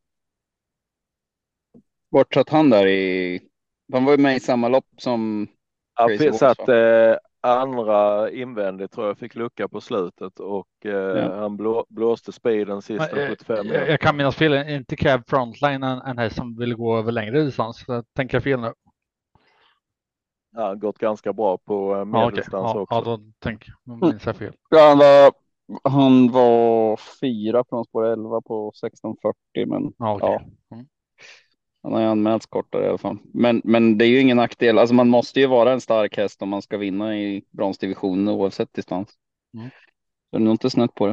Vart satt han där i... Han var ju med i samma lopp som... Jag satt eh, andra invändigt tror jag fick lucka på slutet och eh, ja. han blå, blåste speeden sista Men, sjuttiofem. Jag, jag kan minnas fel, inte Cab Frontline en, en häst som vill gå över längre distans. Jag tänker fel nu. Ja, gått ganska bra på eh, medeldistans ja, okay. också. Ja, då tänker jag, minns jag fel. Ja, han, var, han var fyra från spår elva på sexton fyrtio, men ja, okay. ja. Mm. Han har ju anmälts kortare i alla fall. Men, men det är ju ingen nackdel. Alltså man måste ju vara en stark häst om man ska vinna i bronsdivisionen oavsett distans. Mm. Så det är nog inte snett på det.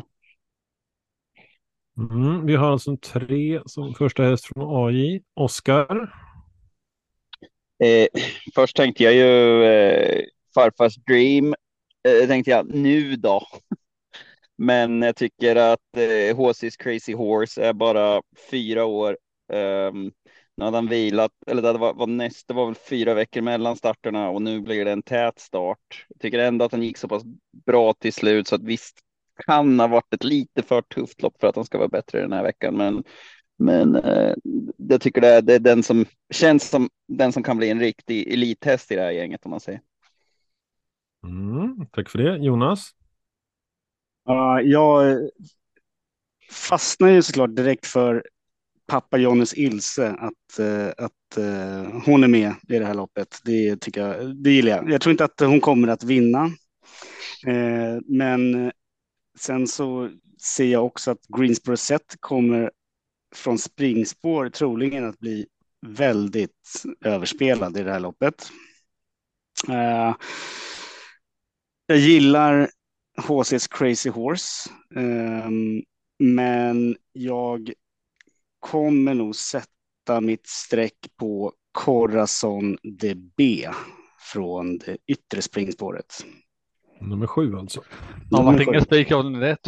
Mm, vi har alltså tre som första häst från A J. Oscar. Eh, först tänkte jag ju eh, Farfars Dream. Eh, tänkte jag nu då. Men jag tycker att eh, Horses Crazy Horse är bara fyra år. Um, nu hade han vilat, eller det var, var nästa var väl fyra veckor mellan starterna och nu blir det en tät start. Jag tycker ändå att han gick så pass bra till slut så att visst kan ha varit ett lite för tufft lopp för att han ska vara bättre den här veckan. Men, men eh, jag tycker det är, det är den som känns som den som kan bli en riktig elithäst i det här gänget om man säger. Mm, tack för det. Jonas? Uh, jag fastnar ju såklart direkt för pappa Johannes Ilse att, uh, att uh, hon är med i det här loppet. Det tycker jag, det gillar jag. Jag tror inte att hon kommer att vinna. Uh, men sen så ser jag också att Greensboro Set kommer från springspår troligen att bli väldigt överspelad i det här loppet. Uh, jag gillar H C:s Crazy Horse. Um, men jag kommer nog sätta mitt streck på Corazon D B från det yttre springspåret. Nummer sju alltså. Ja, man ingen spik av den rätt.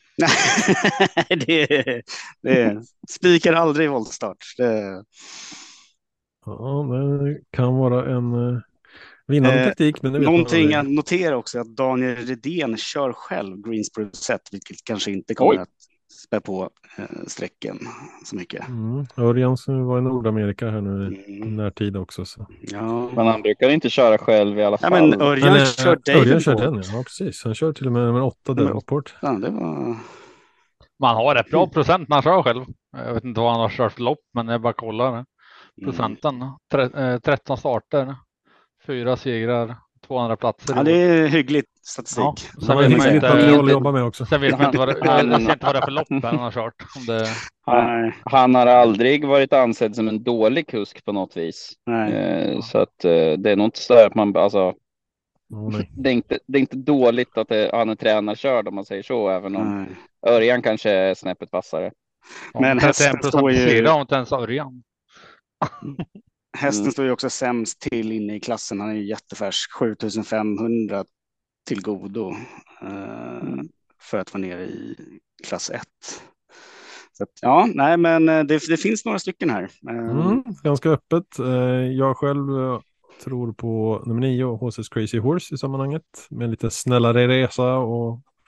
det, det spikar aldrig i voltstart. Det... Ja, det kan vara en uh, vinnande eh, taktik. Men det vet någonting att notera också är att Daniel Redén kör själv Greensboro Set, vilket kanske inte kommer Oj. att spä på eh, sträcken så mycket. Mm. Örjan som var i Nordamerika här nu i mm. närtid också. Så. Ja. Men han brukar inte köra själv i alla fall. Ja, men Örjan men, kör Davenport. Örjan kör den, ja precis. Han kör till och med nummer åtta Davenport. Ja, det var... Man har rätt bra procent när han kör själv. Jag vet inte vad han har kört för lopp, men jag bara kollar procenten. Mm. tretton starter, fyra segrar, tvåhundra platser. Ja, det är hyggligt statistik. Ja, sen vet man inte att jobba med också. Sen vet man inte vad det, jag inte vad det är för lopp han har kört. Om det... han, han har aldrig varit ansedd som en dålig kusk på något vis. Eh, så att eh, det är nog inte så att man, alltså, oh, det, är inte, det är inte dåligt att det, han är tränarkörd om man säger så, även om nej. Örjan kanske är snäppet vassare. Men hästen står ju... inte ens Örjan. Hästen mm. står ju också sämst till inne i klassen. Han är ju jättefärsk. sjutusen femhundra till godo eh, mm. för att vara nere i klass ett. Så att, ja, nej, men det, det finns några stycken här. Mm, ganska öppet. Jag själv tror på nummer nio, Horses Crazy Horse i sammanhanget. Med lite snällare resa och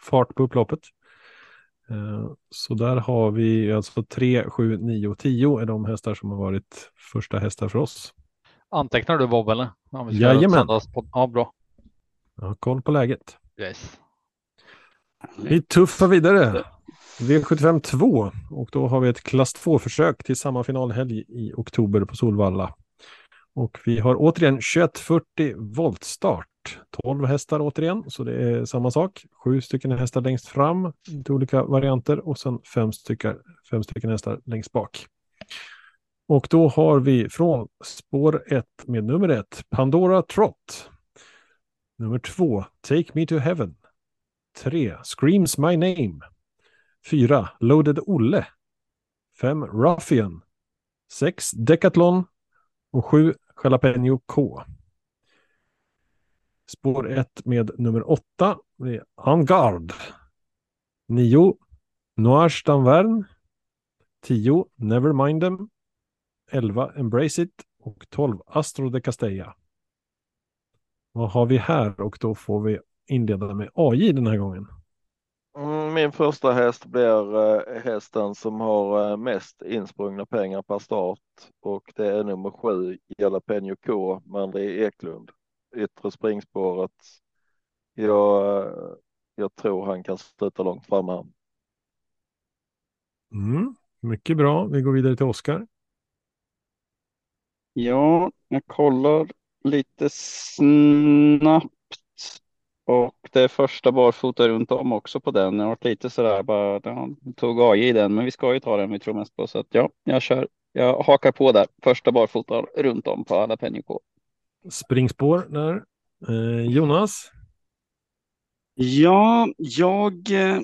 fart på upploppet. Eh, så där har vi alltså tre, sju, nio, tio är de hästar som har varit första hästar för oss. Antecknar du Bob eller? Ja, vi ska Jajamän. på... Ja, bra. Jag har koll på läget. Yes. Vi tuffar vidare. V sjuttiofem två och då har vi ett klass två-försök till samma finalhelg i oktober på Solvalla. Och vi har återigen tjugoett fyrtio voltstart. tolv hästar återigen, så det är samma sak. Sju stycken hästar längst fram, lite olika varianter och sen fem stycken, fem stycken hästar längst bak. Och då har vi från spår ett med nummer ett Pandora Trot. Nummer två Take Me To Heaven. tre Screams My Name. fyra Loaded Olle. fem Ruffian. sex Decathlon. Och sju Jalapeno K. Spår ett med nummer åtta är En Garde. nio Noir Stanvern. tio Never Mind Them. elva Embrace It. Och tolv Astro de Castella. Vad har vi här? Och då får vi inleda med A J den här gången. Mm, min första häst blir uh, hästen som har uh, mest insprungna pengar per start och det är nummer sju Jalapeno K med André Eklund. Yttre springspåret. Jag, uh, jag tror han kan sluta långt fram här. Mm, mycket bra. Vi går vidare till Oskar. Ja, jag kollar lite snabbt. Och det är första barfota runt om också på den. Jag har varit lite sådär, bara ja, tog A J i den, men vi ska ju ta den vi tror mest på. Så att ja, jag kör. Jag hakar på där. Första barfota runt om på alla Jalapeno K. Springspår där. Eh, Jonas? Ja, jag... Eh,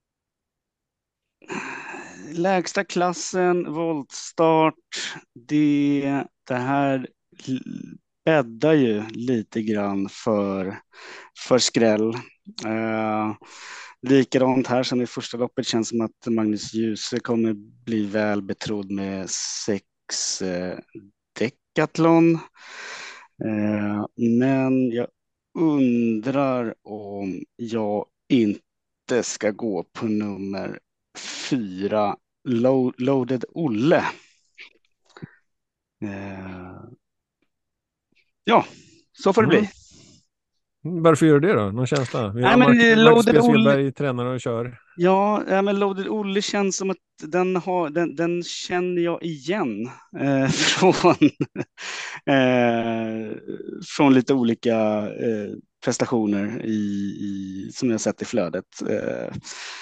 lägsta klassen, voltstart, det, det här bäddar ju lite grann för, för skräll. Eh, likadant här som i första loppet känns som att Magnus Djuse kommer bli väl betrodd med sex eh, Decathlon. Eh, men jag undrar om jag inte ska gå på nummer fyra Lo- Loaded Olle. Eh, ja, så får det Mm. bli. Varför gör du det då? Någon känsla? Vi Nej, har men Mark- Loaded Max B. Olle- Svedberg tränare och kör. Ja, ja, men Loaded Olle känns som att den, har, den, den känner jag igen eh, från, eh, från lite olika eh, prestationer i, i, som jag sett i flödet. Eh,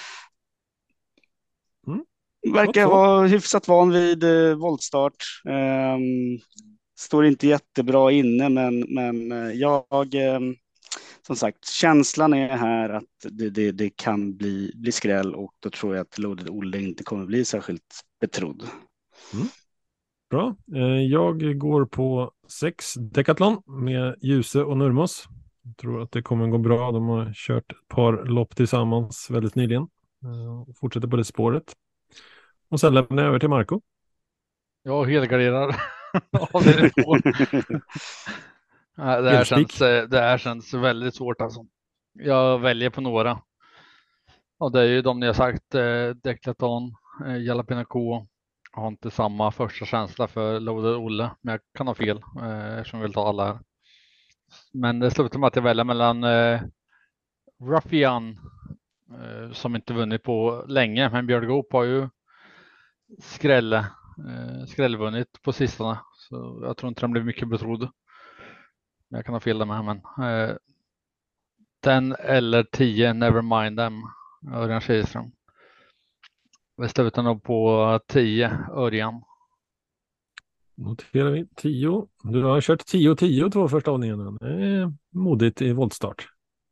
Mm. verkar Gott så. vara hyfsat van vid eh, voltstart. Eh, står inte jättebra inne, men, men eh, jag... Eh, som sagt, känslan är här att det, det, det kan bli, bli skräll och då tror jag att Loaded Olle inte kommer bli särskilt betrodd. Mm. Bra. Eh, jag går på sex Decathlon med Djuse och Nurmos. Jag tror att det kommer gå bra. De har kört ett par lopp tillsammans väldigt nyligen. Eh, fortsätter på det spåret. Och sen lämnar jag över till Marco. Jag helgarderar avdelning två. Nej, det, här Helt spik. känns, eh, det här känns väldigt svårt alltså. Jag väljer på några. Och det är ju de ni har sagt, eh, Decathlon, eh, Jalapeno K. Jag har inte samma första känsla för Loaded Olle, men jag kan ha fel eh, eftersom jag vill ta alla här. Men det slutar med att jag väljer mellan eh, Ruffian eh, som inte vunnit på länge, men Björn Goop har ju skräll, eh, skrällvunnit på sistone. Så jag tror inte den blir mycket betrodd. Jag kan ha fel där med, men eh, den eller tio Nevermind Them, Örjan Kihlström. Vi slutar nog på tio Örjan. Noterar vi tio. Du har kört tio tio två första avdelningen. Det är modigt i voltstart.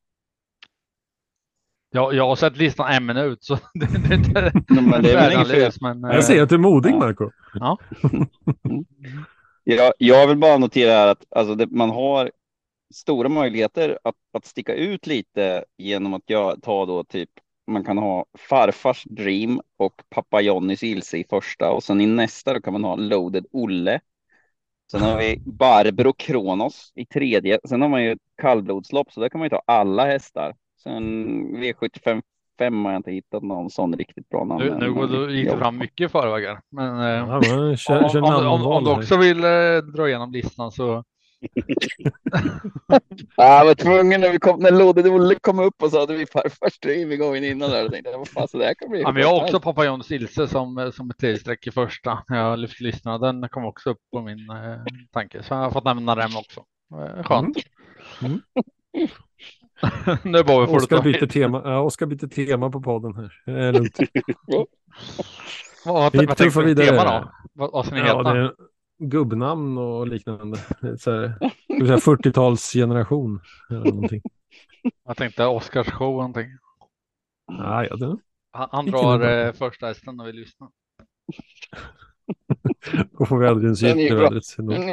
Ja, jag har sett listan en minut så det, det, det, No, men det är väl inget fel. men, Jag ser att du är modig, ja. Marco. Ja. Jag, jag vill bara notera här att alltså, det, man har stora möjligheter att, att sticka ut lite genom att jag tar då typ, man kan ha farfars Dream och pappa Johnnys Ilse i första och sen i nästa då kan man ha Loaded Olle. Sen har vi Barbro Kronos i tredje. Sen har man ju kallblodslopp så där kan man ju ta alla hästar Sen V sjuttiofem fem har jag inte hittat någon sån riktigt bra namn. Nu, nu går du, gick du fram mycket i förväg här. Men eh, Ja, men kör, kör om, om, om, namnval om du här. också vill eh, dra igenom listan så Ja, jag var tvungen när vi kom, när Lode Olle kom upp och sa att vi farfar stream gången innan där. Jag tänkte, vad fan, så där kan bli. ja, men jag har också Pappa Johns Ilse som, som ett tredje streck i första. Jag lyfte listan. Den kom också upp på min eh, tanke. Så jag har fått nämna dem också. Eh, skönt. Mm. Nu bara vi får Oskar ta byter tema. Ja, Oskar byter tema på podden här. Det är lugnt. Vad, vad, Vi vad tuffar tänker du vidare. tema då? Vad, vad ska ni Ja, heta? det är gubbnamn och liknande. Så här, ska vi säga fyrtiotalsgeneration eller någonting. Jag tänkte Oscars show någonting. Ja, ja, det. Han, han Vilken drar är bra. eh, första hästen när vi lyssnar. Då får vi aldrig en Den är sylt i bra. vädret.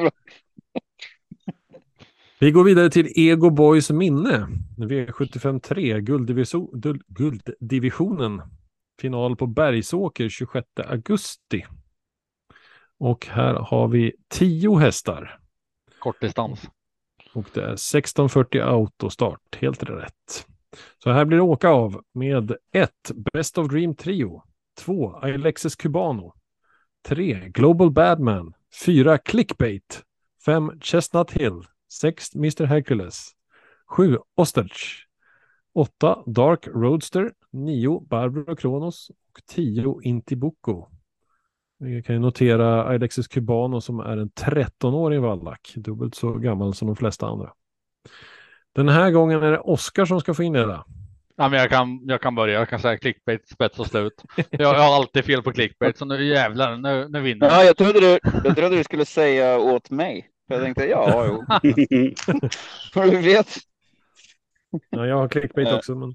Vi går vidare till Ego Boys minne. V sjuttiofem tre, gulddiviso- dul- gulddivisionen. Final på Bergsåker tjugosjätte augusti. Och här har vi tio hästar. Kortdistans. Och det är sexton fyrtio autostart. Helt rätt. Så här blir det åka av med ett Best of Dream Trio. två Alexis Cubano. tre Global Badman. fyra Clickbait. fem Chestnut Hill. sex mister Hercules. sju Ostrich. åtta Dark Roadster. nio Barbaro Kronos. Och tio Intibuco. Vi kan ju notera Alexis Cubano som är en tretton-årig vallack. Dubbelt så gammal som de flesta andra. Den här gången är det Oskar som ska få inleda. Ja, men jag, kan, jag kan börja. Jag kan säga clickbait, spets och slut. Jag, jag har alltid fel på clickbait, så nu jävlar, nu, nu vinner jag. Ja, jag trodde, du, jag trodde du skulle säga åt mig. För jag tänkte, ja, jo. För du vet. Ja, jag har clickbait också, men...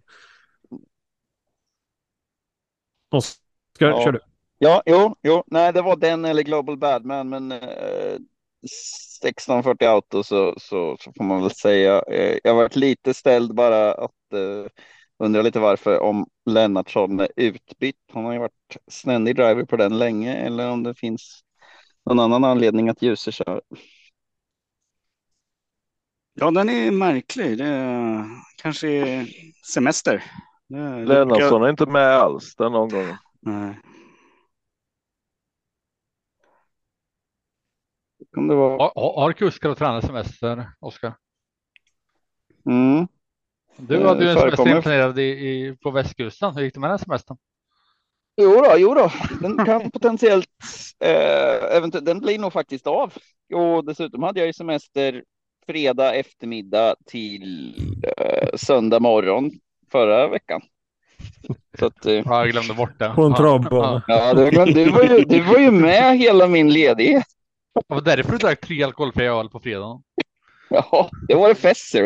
Oskar, Ja. kör du. Ja, jo, jo. Nej, det var den eller Global Badman, men eh, sexton fyrtio auto så, så, så får man väl säga. Eh, jag har varit lite ställd bara att eh, undra lite varför om Lennartsson är utbytt. Han har ju varit ständig driver på den länge, eller om det finns någon annan anledning att Ljuse kör. Ja, den är märklig. Det är, kanske är semester. Det, Lennartsson är inte med alls den omgången. Nej. Kan det vara? Har, har har kuskar och tränare semester, Oskar? Mm. Du Eh, hade ju en förekommer. semester planerad i, i, på västkusten. Hur gick det med den semestern? Jo då, jo då. Den kan potentiellt, eh, eventuellt, den blir nog faktiskt av. Och dessutom hade jag ju semester fredag eftermiddag till eh, söndag morgon förra veckan. Så att, eh, Ja, jag glömde bort det. På en Ja, travbana. ja, du, du, var ju, du var ju med hela min ledighet. ja. Det var därför du drack tre alkoholfria öl på fredagen. Ja, det var det fest, ser du.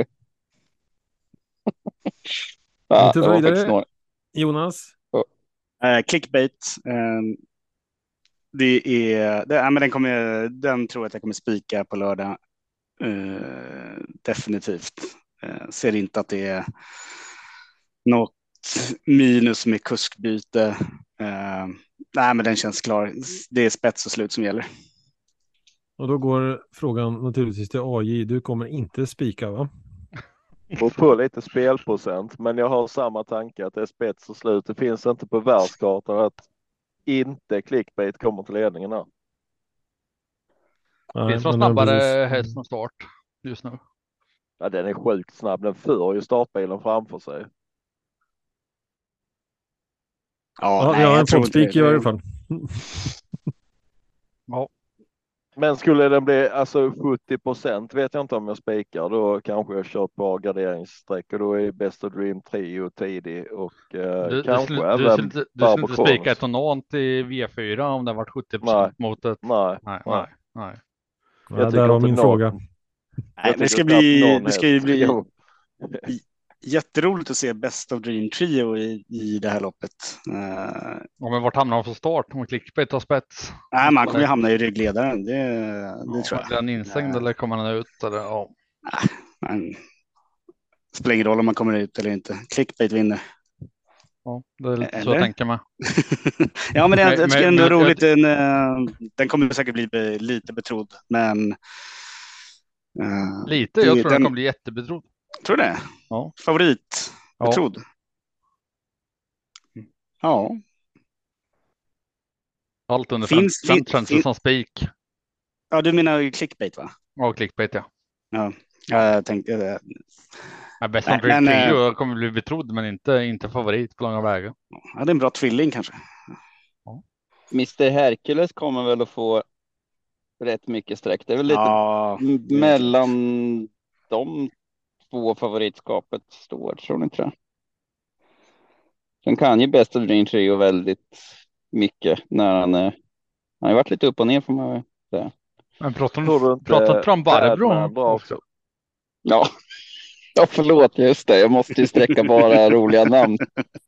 Ja, Inte det var vidare. faktiskt några. Jonas? Eh, clickbait. Eh, det är, det, ja, men den, kommer, den tror jag att jag kommer spika på lördag. Eh, definitivt. Eh, ser inte att det är något minus med kuskbyte. Eh, nej, men den känns klar. Det är spets och slut som gäller. Och då går frågan naturligtvis till A J. Du kommer inte spika, va? Och på lite spelprocent, men jag har samma tanke att det är spets och slut. Det finns inte på världskartan att inte clickbait kommer till ledningen här. Det finns Nej, någon men snabbare precis. häst från start just nu. Ja, den är sjukt snabb. Den för ju startbilen framför sig. Ja, nej, jag har en jag tror inte poddspik i det. varje fall. Ja, Men skulle den bli alltså sjuttio procent vet jag inte om jag spikar. Då kanske jag kört bra garderingssträck och då är Best of Dream Trio tidig och eh, du, du, kanske skulle, du, även skulle inte, du skulle Barbro inte spika Kronos. ett tonant i V fyra om det varit sjuttio procent mot ett... Nej, Nej, nej. nej, nej. Ja, Jag där har inte min någon- fråga. Nej, jag men det ska tycker knappt bli, någon det ska ju häst bli gå. jätteroligt att se Best of Dream Trio i, i det här loppet. Uh, Ja, men vart hamnar de från start? Om clickbait tar spets? nej, man kommer ju hamna i ryggledaren. Det, det Ja, tror jag. blir han instängd Ja. eller kommer han ut? Eller, ja. Men, det spelar ingen roll om man kommer ut eller inte. Clickbait vinner. Ja, det är lite så Eller? jag tänker mig. Ja, men det, jag Men- tycker men- ändå är men- roligt. Den, eh, den kommer säkert bli be, lite betrodd, men... eh, Lite, jag det- tror den den- kommer bli jättebetrodd. Tror du det? Ja. Favorit? Jag trodde. Ja. Allt under Finns- fem fin- känns det fin- som spik. Ja, du menar ju clickbait, va? Ja, clickbait ja. Ja, ja jag tänkte det. Ja, bäst Nej, som Dream men, eh, Trio kommer bli betrodd, men inte, inte favorit på långa vägar. Ja, det är en bra tvilling kanske. mister Hercules kommer väl att få rätt mycket streck. Det är väl lite Ja, m- det är mellan de två favoritskapet står, tror ni inte det? Sen kan ju Best of Dream Trio väldigt mycket när han är, han har varit lite upp och ner får man väl säga. Men pratar Tror du du inte pratar inte om Barbro? Batman bra också? Ja, ja förlåt, just det. Jag måste ju sträcka bara roliga namn.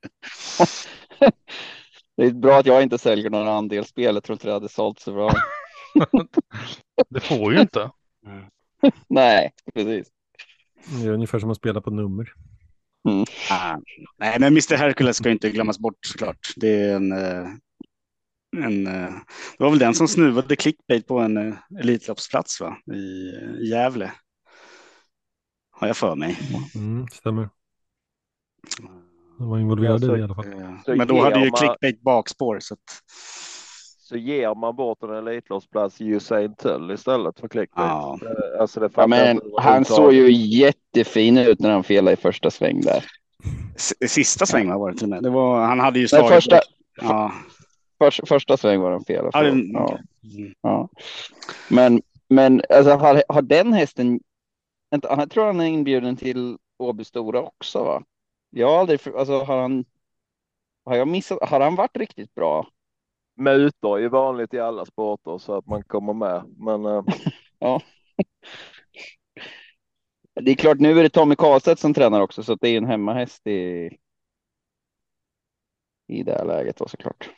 Det är bra att jag inte säljer några andelsspel. Jag tror inte det hade sålt så bra. Det får ju inte. Nej, precis. Det är ungefär som att spela på nummer. Ah, nej, men mister Hercules ska inte glömmas bort såklart. Det är en, eh, en eh, det var väl den som snuvade clickbait på en eh, elitloppsplats, va? I, i Gävle. Har jag för mig. Mm, stämmer. De var involverade Ja, så- i det i alla fall. Eh, Så Men då ger hade ju man- clickbait bakspår. Så att, Så ger man bort en elitloppsplats i Usain Tull istället för clickbait. ja. Eh, Alltså det Ja, fattar jag men inte han överhuvudtaget. såg ju jättefin ut när han felade i första sväng där. S- Sista svängen var det till och med. Det var, han hade ju Nej, slagit. första, Ja. för, första sväng var han fel. Ja, det, Ja, mm. ja. Men, men alltså, har, har den hästen, vänta, jag tror han är inbjuden till Åby Stora också, va? Jag har aldrig, alltså har han, har jag missat, har han varit riktigt bra? Mutor är vanligt i alla sporter så att man kommer med. Men eh, Ja. Det är klart, nu är det Tommy Karlstedt som tränar också, så att det är en hemmahäst i, i det här läget då, såklart.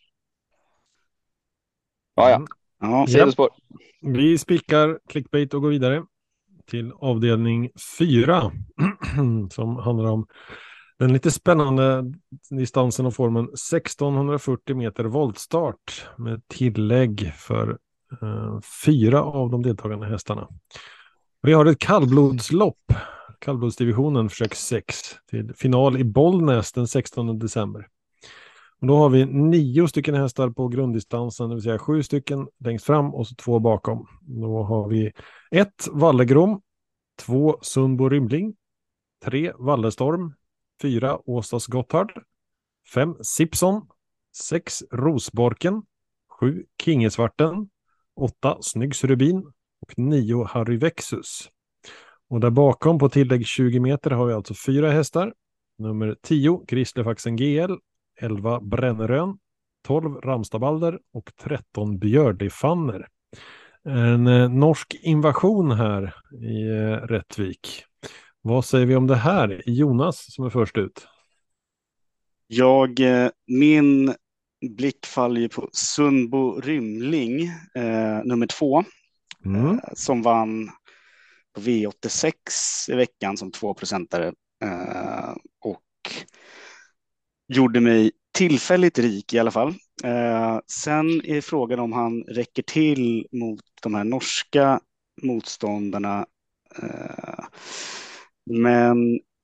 Ja, ja. Mm. Ja. Sidospår. Vi spikar clickbait och går vidare till avdelning fyra som handlar om den lite spännande distansen och formen sextonhundrafyrtio meter voltstart med tillägg för eh, fyra av de deltagande hästarna. Vi har ett kallblodslopp, kallblodsdivisionen försök sex till final i Bollnäs den sextonde december. Och då har vi nio stycken hästar på grunddistansen, det vill säga sju stycken längst fram och så två bakom. Då har vi ett Vallegrom, två Sundbo Rymling, tre Vallestorm, fyra Åstas Gotthard, fem Sipson, sex Rosborken, sju Kingesvarten, åtta Snyggs Rubin och nio Harry Vexus. Och där bakom på tillägg tjugo meter har vi alltså fyra hästar. Nummer tio Grisslefaxen G L, elva Brännerön, tolv Ramstabalder och tretton Björdifanner. En eh, norsk invasion här i eh, Rättvik. Vad säger vi om det här? Jonas som är först ut. Jag, eh, min blick faller ju på Sundbo Rymling, eh, nummer två, Mm. eh, som vann på V åttiosex i veckan som tvåprocentare eh, och gjorde mig tillfälligt rik i alla fall. Eh, sen är frågan om han räcker till mot de här norska motståndarna. Eh, men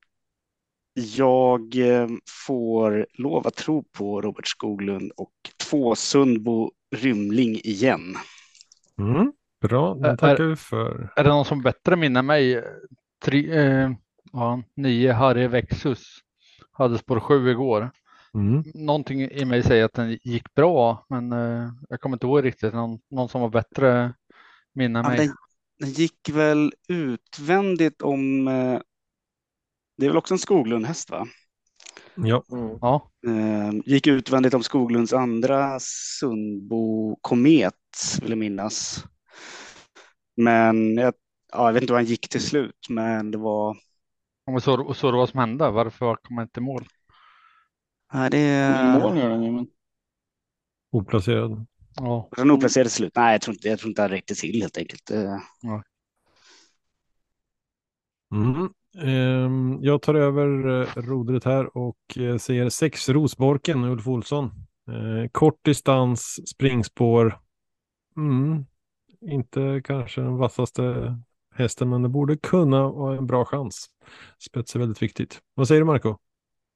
jag eh, får lov att tro på Robert Skoglund och två Sundbo Rymling igen. Mm. Bra, det Är- tackar vi för. Är det någon som bättre minner mig? Tre, eh, ja, nio Harry Vexus hade spår sju igår. Mm. Någonting i mig säger att den gick bra, men eh, jag kommer inte ihåg riktigt. Någon, någon som var bättre minner Ja, mig. den, den gick väl utvändigt om... Eh, det är väl också en Skoglund-häst, va? Ja, mm. Ja, Eh, gick utvändigt om Skoglunds andra Sundbo Komet, vill jag minnas. Men jag, ja, jag vet inte hur han gick till slut, men det var... om vi såg så vad som hände. Varför kom man inte i mål? Ja, det, I mål gör den ju, men oplacerad. Ja, var den oplacerad till slut? Nej, jag tror inte, jag tror inte han räckte till helt enkelt. Eh, Mm. Ehm, jag tar över eh, rodret här och eh, ser sex Rosborken, Ulf Olsson. Eh, kort distans, springspår. Mm. Inte kanske den vassaste hästen, men det borde kunna vara en bra chans. Spets är väldigt viktigt. Vad säger du, Marco?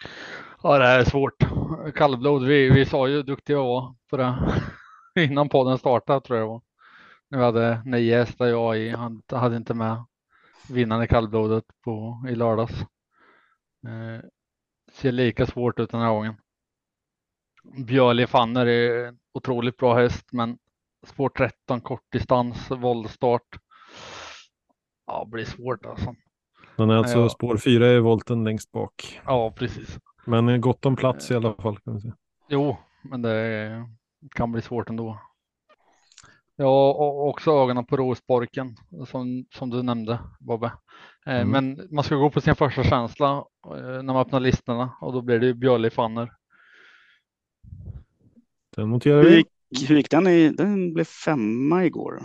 Ja, det här är svårt. Kallblod, vi, vi sa ju hur duktiga jag var på det innan podden startade, tror jag det var. Nu hade nio hästar jag i, han hade inte med vinnande kallblodet på, i lördags. Eh, ser lika svårt ut den här gången. Björli Fanner är en otroligt bra häst, men spår tretton, kortdistans, våldstart. Ja, blir svårt alltså. Den är alltså Ja. spår fyra i volten längst bak. Ja, precis. Men gott om plats i alla fall, kan vi säga. Jo, men det kan bli svårt ändå. Ja, och också ögonen på Rosborken som, som du nämnde, Bobbe. Eh, Mm. Men man ska gå på sin första känsla eh, när man öppnar listorna, och då blir det ju Björli Fanner. Den noterar Hur vi. gick, hur gick den? I, den blev femma igår.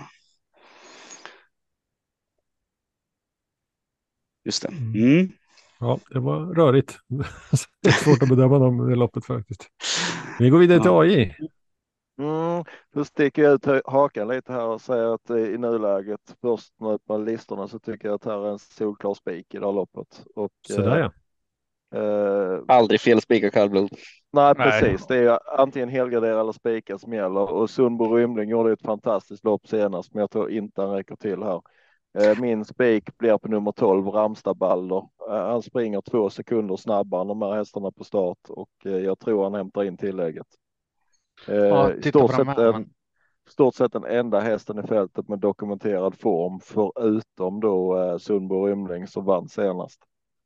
Just det. Mm. Ja, det var rörigt. Det är svårt att bedöma dem i loppet faktiskt. Vi går vidare till Ja. A J. Mm, då sticker jag ut hö- hakan lite här och säger att eh, i nuläget, först när på listorna, så tycker jag att här är en solklar spik i det här loppet. Och, Sådär ja. eh, Aldrig fel spika kallblod. nej, Nej. precis. Det är antingen helgardera eller spika som gäller. Och Sundbo Rymling gjorde ett fantastiskt lopp senast, men jag tror inte han räcker till här. Eh, min spik blir på nummer tolv, Ramstad Balder. Eh, han springer två sekunder snabbare än de här hästarna på start, och eh, jag tror han hämtar in tillägget. Eh, Ja, i titta stort på de sett här, en, men- stort sett den enda hästen i fältet med dokumenterad form, förutom då eh, Sundbo Rymling som vann senast.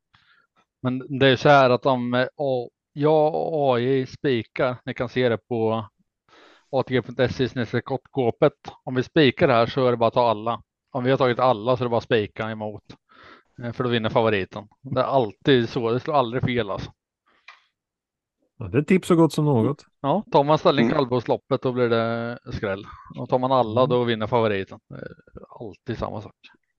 Men det är så här att om eh, A- jag och A I spikar, ni kan se det på A T G punkt se snedstreck gåpet. Om vi spikar här så är det bara att ta alla. Om vi har tagit alla så är det bara att spika emot. Eh, För då vinner favoriten. Det är alltid så, det slår aldrig fel alltså. Ja, det är tips så gott som något. Ja, tar man ställning Mm. kallblodsloppet då blir det skräll. Och tar man alla Mm. då vinner favoriten. Det är alltid samma sak.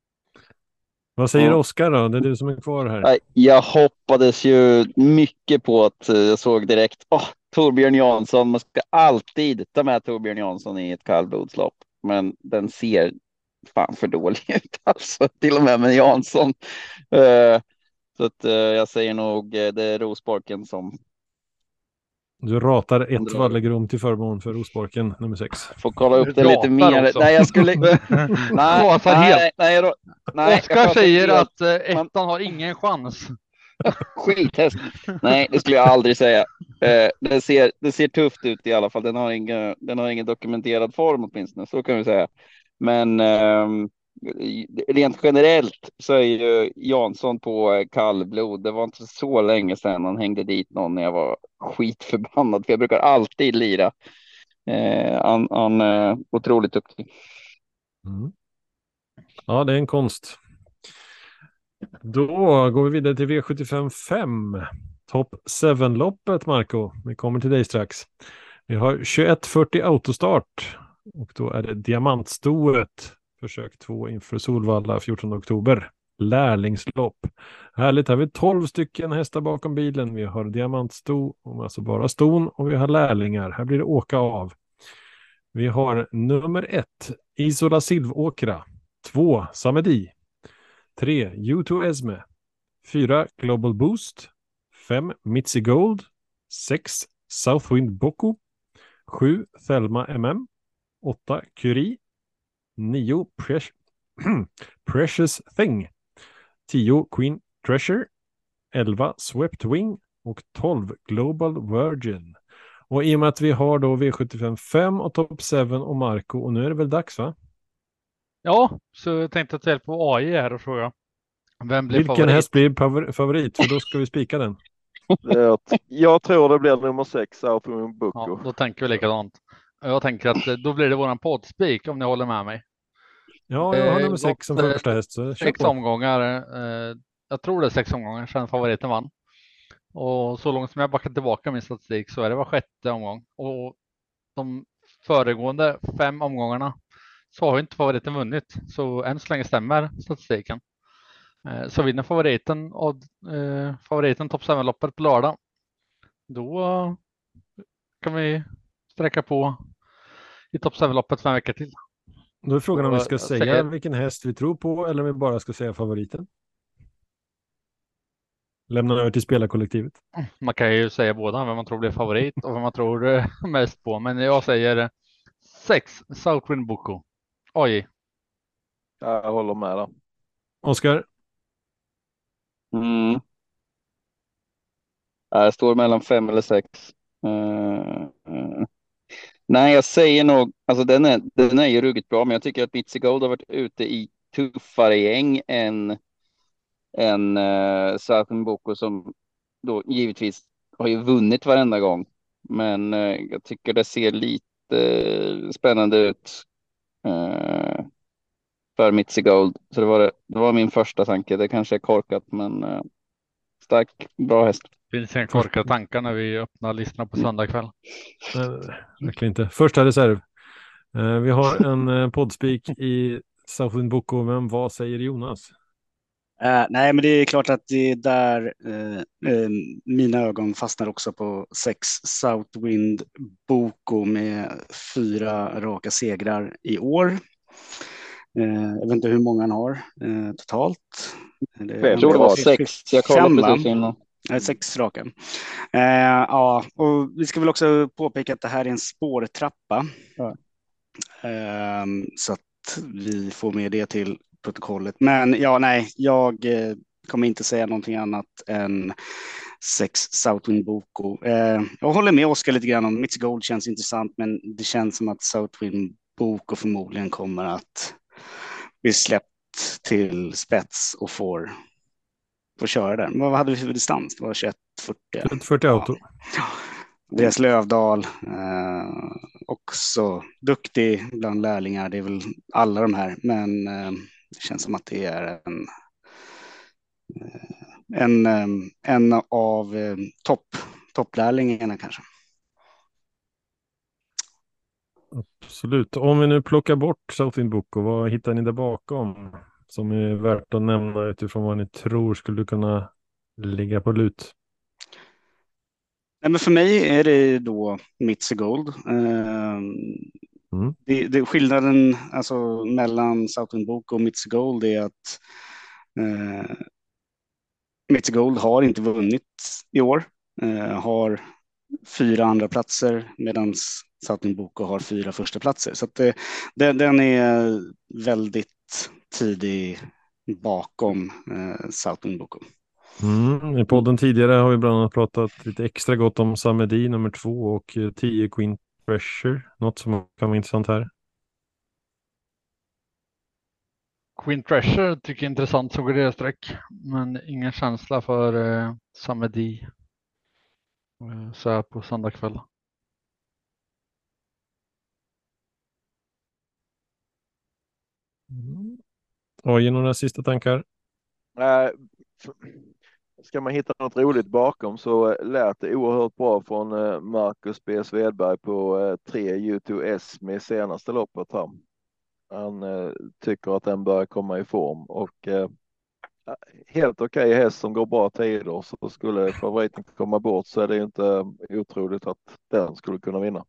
Vad säger Ja. Oskar då? Det är du som är kvar här. Nej, jag hoppades ju mycket på att eh, jag såg direkt, åh, Torbjörn Jansson, man ska alltid ta med Torbjörn Jansson i ett kallblodslopp. Men den ser fan för dålig ut alltså, till och med med Jansson. Eh, så att eh, jag säger nog eh, det är Rosborken som Du ratar ett drar. Vallegrom till förmån för Rosborken nummer sex. får kolla upp Du det lite ratar mer. också. Nej, jag skulle... nej, Rasar nej, helt. nej, nej, nej, Oskar jag pratar säger helt att eh, ettan har ingen chans. skithäst. Nej, det skulle jag aldrig säga. Eh, det, ser, det ser tufft ut i alla fall. Den har ingen, den har ingen dokumenterad form åtminstone, så kan vi säga. Men eh, rent generellt så är ju Jansson på eh, kallblod. Det var inte så länge sedan han hängde dit någon när jag var skitförbannad. För jag brukar alltid lira. Eh, han han är otroligt duktig. Mm. Ja, det är en konst. Då går vi vidare till V sjuttiofem fem. Top sju-loppet, Marco. Vi kommer till dig strax. Vi har tjugoett fyrtio autostart. Och då är det diamantstoet. Försök två inför Solvalla fjortonde oktober. Lärlingslopp. Härligt, här har vi tolv stycken hästar bakom bilen. Vi har diamantsto, alltså bara ston, och vi har lärlingar. Här blir det åka av. Vi har nummer ett, Isola Silvåkra. Två, Samedi. Tre, U två Esme. Fyra, Global Boost. Fem, Mitzi Gold. Sex, Southwind Boku. Sju, Thelma M M. Åtta, Curie. Nio, Pres- Precious Thing. Tio, Queen Treasure. Elva, Swept Wing. Och tolv, Global Virgin. Och i och med att vi har då V sjuttiofem fem och Top sju och Marco, och nu är det väl dags, va? Ja, så jag tänkte ta hjälp på A I här och fråga. Vem blir Vilken favorit? häst blir favor- favorit? För då ska vi spika den. Jag, jag tror det blir nummer sex, Southwind Boku. Ja, då tänker vi likadant. Jag tänker att eh, då blir det våran poddspik om ni håller med mig. Ja, jag har Eh, nummer sex som gått, eh, första häst. Så kör Sex på. omgångar. Eh, jag tror det är sex omgångar sedan favoriten vann. Och så långt som jag backar tillbaka min statistik så är det var sjätte omgång. Och de föregående fem omgångarna så har ju inte favoriten vunnit. Så än så länge stämmer statistiken. Eh, så vinner favoriten och eh, favoriten topp sju-loppet på lördag. Då eh, kan vi sträcka på i topp sju-loppet fem veckor till. Då är frågan om vi ska Jag säga säger- vilken häst vi tror på eller om vi bara ska säga favoriten. lämnar över till spelarkollektivet. Man kan ju säga båda, vem man tror blir favorit och vem man tror eh, mest på. Men jag säger eh, sex, Southwind Boko. Oj. Jag håller med där. Oskar? Mm. Jag står mellan fem eller sex. Uh, uh. Nej, jag säger nog, alltså den är, den är ju ruggigt bra, men jag tycker att Mitzi Gold har varit ute i tuffare gäng än, än uh, Southern Boko, som då givetvis har ju vunnit varenda gång. Men uh, jag tycker det ser lite uh, spännande ut uh, för Mitzi Gold. Så det var, det, det var min första tanke. Det kanske är korkat, men uh, stark, bra häst. Finns inga korkade tankar när vi öppnar listorna på söndag kväll. Nej, verkligen inte. Första reserv. Eh, vi har en eh, poddspik i Southwind Boko, men vad säger Jonas? Uh, nej, men det är klart att det är där uh, uh, mina ögon fastnar också på sex Southwind Boko med fyra raka segrar i år. Uh, jag vet inte hur många han har uh, totalt. Det jag tror det var sex. Jag kollade precis innan. Nej, sex raka. Uh, ja, och vi ska väl också påpeka att det här är en spårtrappa. Ja. Uh, så att vi får med det till protokollet. Men ja, nej, jag eh, kommer inte säga någonting annat än sex Southwind Boko. Eh, jag håller med Oskar lite grann om Mitzi Gold känns intressant, men det känns som att Southwind Boko förmodligen kommer att bli släppt till spets och får, får köra den. Vad hade vi för distans? Det var tjugoett fyrtio. tjugoett fyrtio auto. Ja. Deras Lövdal, eh, också duktig bland lärlingar. Det är väl alla de här, men eh, det känns som att det är en, en, en av topp, topplärlingarna kanske. Absolut. Om vi nu plockar bort Southwind Boko, vad hittar ni där bakom som är värt att nämna utifrån vad ni tror skulle kunna ligga på lut? Nej, men för mig är det då Mitzi Gold. Eh, Mm. det, det, skillnaden alltså, mellan Southwind Boko och Mitzi Gold är att eh, Mitzi Gold har inte vunnit i år. Eh, har fyra andra platser medan Southwind Boko har fyra första platser. Så att det, den, den är väldigt tidig bakom eh, Southwind Boko. Mm. I podden tidigare har vi bland annat pratat lite extra gott om Samedi nummer två och tio Queen Treasure. Något som kan vara intressant här. Queen Treasure tycker jag är intressant som går deras streck, men ingen känsla för eh, Samedi eh, så här på söndag kväll. Mm. Och ge några sista tankar? Äh, ska man hitta något roligt bakom så lät det oerhört bra från Marcus B. Svedberg på tre U två S med senaste loppet här. Han eh, tycker att den börjar komma i form och eh, helt okej okay häst som går bra tider, så skulle favoriten komma bort så är det inte otroligt att den skulle kunna vinna.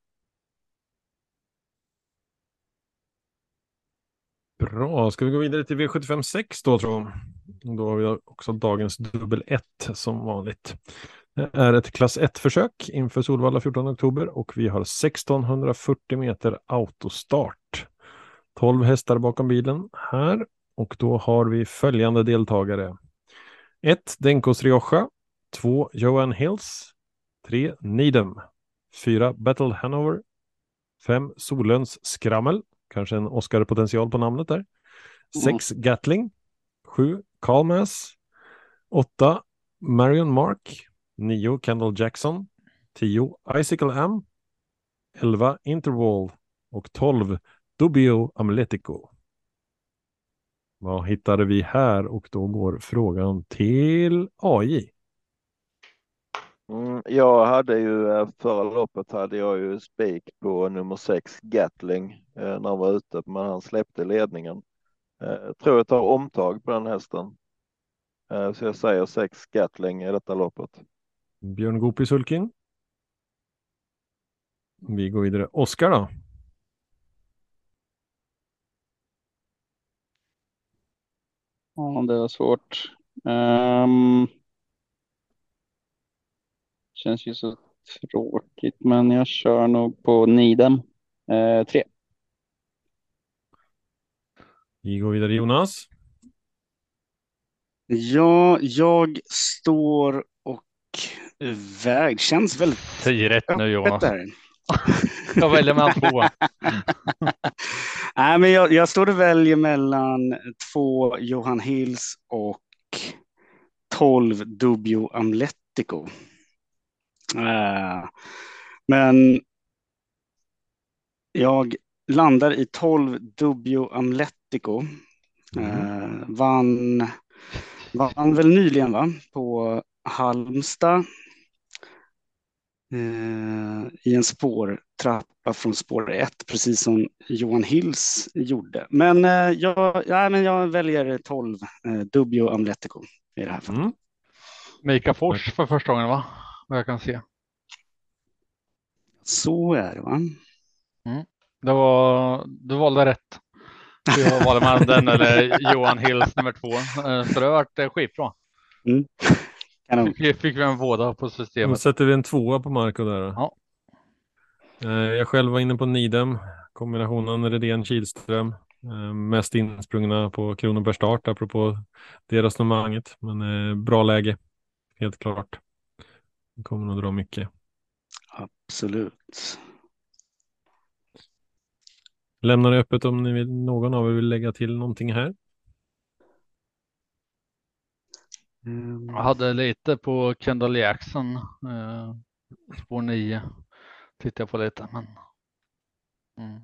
Bra, ska vi gå vidare till V sjuttiofem sex då tror jag. Då har vi också dagens dubbel ett som vanligt. Det är ett klass ett-försök inför Solvalla fjortonde oktober och vi har sextonhundrafyrtio meter autostart. tolv hästar bakom bilen här och då har vi följande deltagare. ett Denkos Rioja, två Johan Hills, tre Needham, fyra Battle Hanover, fem Solöns Skrammel, kanske en Oscar-potential på namnet där, sex Gatling, sju Calmas, åtta Marion Mark, nio Kendall Jackson, tio Icicle Am, elva Interval och tolv Dubio Amletico. Vad hittade vi här? Och då går frågan till A J. Mm, jag hade ju förra loppet hade jag ju spik på nummer sex Gatling eh, när han var ute, men han släppte ledningen. Eh, tror jag tar omtag på den hästen. Eh, så jag säger sex Gatling i detta loppet. Björn Goop i sulkin. Vi går vidare. Oskar då? Ja, det var svårt. Um, Känns ju så tråkigt, men jag kör nog på Nidem. Eh, tre. Vi går vidare, Jonas. Ja, jag står och väg. Känns väldigt Säg rätt nu, Jonas. där. Jag väljer mellan två. Nej, men jag, jag står och väljer mellan två Johan Hills och tolv Dubbio Amletico. Uh, men jag landar i tolv Dubbio Amletico. Uh, vann, vann väl nyligen va? På Halmstad. Uh, I en spårtrappa från spår ett, precis som Johan Hills gjorde. Men, uh, jag, ja, men jag väljer tolv uh, Dubbio Amletico i det här fallet. Mm. Mika Fors för första gången, va? Vad jag kan se. Så är det, va? Mm. Det var, du valde rätt. Jag valde mellan den eller Johan Hills nummer två. Så det har varit skitbra. Mm. Kanon. Fick, fick vi en båda på Då systemet. sätter vi en tvåa på Marco där. Då. Ja. Eh, Jag själv var inne på Nidem. Kombinationen Redén-Kihlström. Eh, Mest insprungna på Kronobergs start, apropå det resonemanget. Men eh, bra läge. Helt klart. Det kommer nog dra mycket. Absolut. Lämnar det öppet om ni vill, någon av er vill lägga till någonting här. Mm. Jag hade lite på Kendall Jackson. Eh, spår nio. Tittar jag på lite. Men... Mm.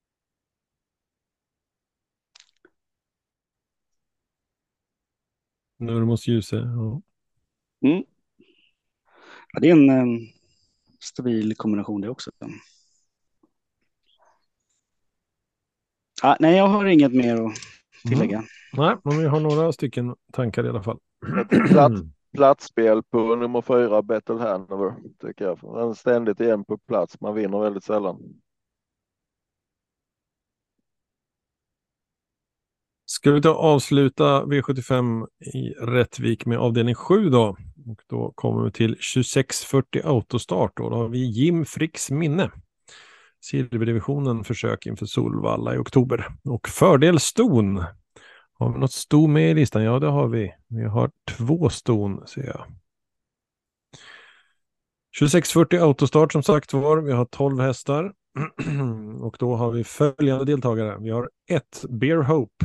Nurmos Ljuse. Ja. Mm. Ja, det är en um, stabil kombination det också. Ah, nej, jag har inget mer att tillägga. Mm. Nej, men vi har några stycken tankar i alla fall. Ett plats, platsspel på nummer fyra, Battle Hanover, tycker jag. Han är ständigt igen på plats, man vinner väldigt sällan. Ska vi ta avsluta V sjuttiofem i Rättvik med avdelning sju då. Och då kommer vi till tjugosex fyrtio autostart. Och då har vi Jim Fricks minne. Silverdivisionen försök inför Solvalla i oktober. Och fördel ston. Har vi något ston med i listan? Ja, det har vi. Vi har två ston, ser jag. tjugosex fyrtio autostart som sagt var. Vi har tolv hästar. Och då har vi följande deltagare. Vi har ett Bear Hope.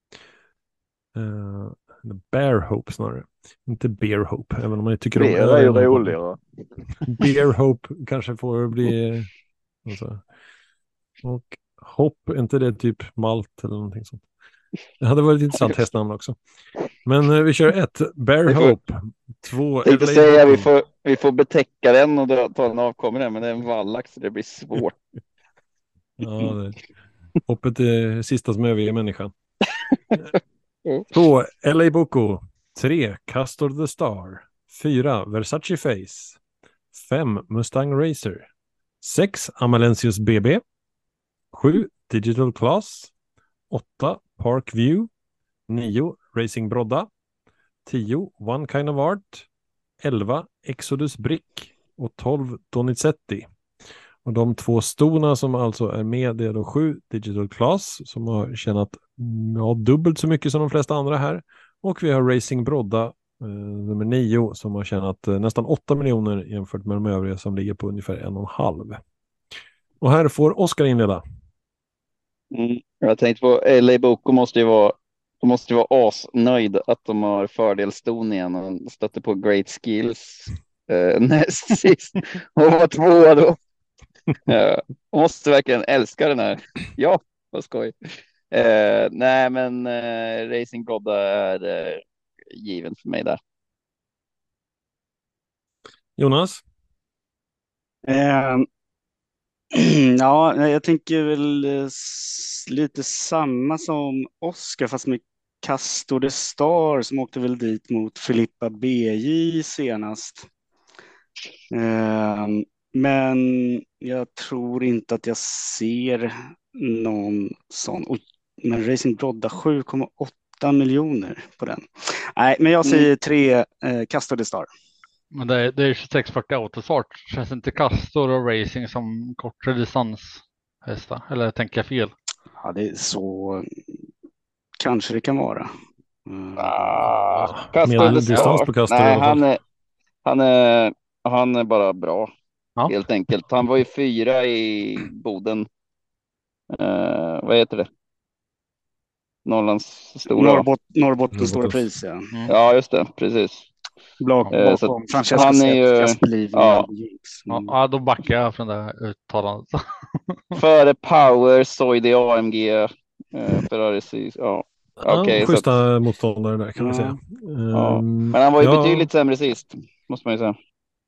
Uh, Bear Hope snarare. Inte Bear Hope, även om man tycker om det. Det är ju roligare. Bear Hope kanske får bli... Alltså. Och Hopp, är inte det typ malt eller någonting sånt? Det hade varit ett intressant hästnamn också. Men uh, vi kör ett Bear Vi får- Hope. Två... Tänkte L A säga vi Boko. får, vi får betäcka den och dra- ta en avkommande, men det är en vallax så det blir svårt. Ja, det... Hoppet är sista som överger människan. Mm. Två L A Boko. Tre Castor the Star. Fyra Versace Face. Fem Mustang Racer. Sex Amalensius B B. Sju Digital Class. Åtta Park View. Nio Racing Brodda. Tio One Kind of Art. Elva Exodus Brick. Och tolv Donizetti. Och de två stona som alltså är med, det är då sju Digital Class som har tjänat ja, dubbelt så mycket som de flesta andra här. Och vi har Racing Brodda eh, nummer nio som har tjänat eh, nästan åtta miljoner jämfört med de övriga som ligger på ungefär en och en halv. Och här får Oskar inleda. Mm. Jag tänkte på L A Boko måste ju vara de måste ju vara asnöjd att de har fördelston igen och stötte på Great Skills eh, näst sist och var tvåa då. Ja, måste verkligen älska den här. Ja, vad skoj. Eh, nej, men eh, Racing Brodda är eh, given för mig där. Jonas? Eh, ja, jag tänker väl eh, s- lite samma som Oscar, fast med Castor de Star som åkte väl dit mot Filippa B J senast. Eh, men jag tror inte att jag ser någon sån. Oj, men Racing Brodda sju komma åtta miljoner på den. Nej, men jag säger tre eh, Castor de Star. Men det är, det är tjugosex fyrtio autostart. Känns inte Castor och racing som kortare distanshästar? Eller tänker jag fel? Ja, det är så kanske det kan vara. Mm. Ah, Castor Medeldistans Start. på Castor i Nej, alla fall. han är, han, är, han är bara bra. Ja. Helt enkelt. Han var ju fyra i Boden. Eh, vad heter det? Norrlands stora. Norrbot, Norrbottens stora Norrbottens. pris, ja. Mm. Ja, just det. Precis. Bak, Eh, så bakom att Francesco han är Zet, ju- Casper Liv, ja. Jinx. Ja, Mm. ja, då backar jag från det här uttalandet. Före Power, Zoide A M G, eh, Ferrari C. Ja. Ja, Okej, så schyssta att- motståndare där kan man Ja. säga. Ja. Ehm, Men han var ju ja, betydligt sämre sist, måste man ju säga.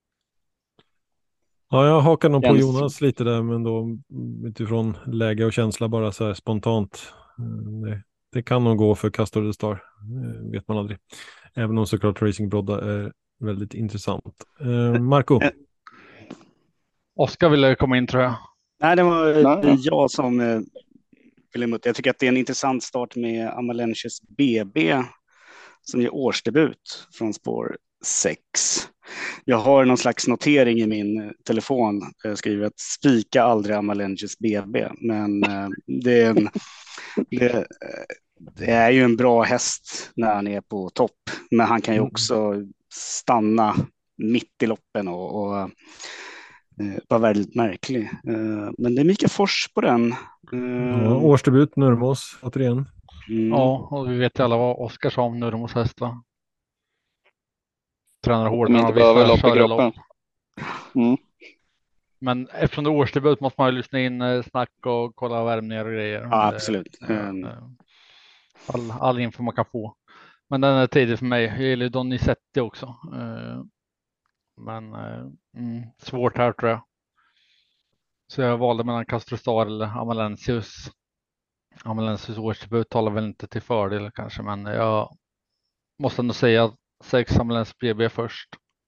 Ja, jag hakar nog på Känns- Jonas lite där, men då utifrån läge och känsla bara så här spontant. Ehm, Det, det kan nog gå för Castor de Star, eh, vet man aldrig. Även om såklart Racing Brodda är väldigt intressant. Ehm, Marco? Eh, Oskar ville komma in tror jag. Nej, det var Nej, ja. jag som eh, ville emot. Jag tycker att det är en intressant start med Amalensius B B som gör årsdebut från spår sex. Jag har någon slags notering i min eh, telefon. Jag skriver att spika aldrig Amalensius B B, men eh, det, är en, det, eh, det är ju en bra häst när han är på topp, men han kan ju också stanna mitt i loppen och, och eh, var väldigt märklig. Eh, men det är Mikael Fors på den. Eh, Ja, årsdebut Nurmos återigen. mm. Ja, och vi vet ju alla vad Oskar sa om Nurmos häst va? Tränar hårt De när inte han behöver visar lopp i före kroppen. lopp. Mm. Men eftersom det är årsdebut måste man ju lyssna in eh, snack och kolla värmningar och grejer. Ja, Eh, absolut. eh, Um, All, all info man kan få. Men den är tidig för mig. Jag gillar ju Donizetti också. Eh, Men eh, mm, svårt här tror jag. Så jag valde mellan Castor Star eller Amalensius. Amalensius årsdebut talar väl inte till fördel kanske, men jag måste ändå säga sex Amalensius B B först.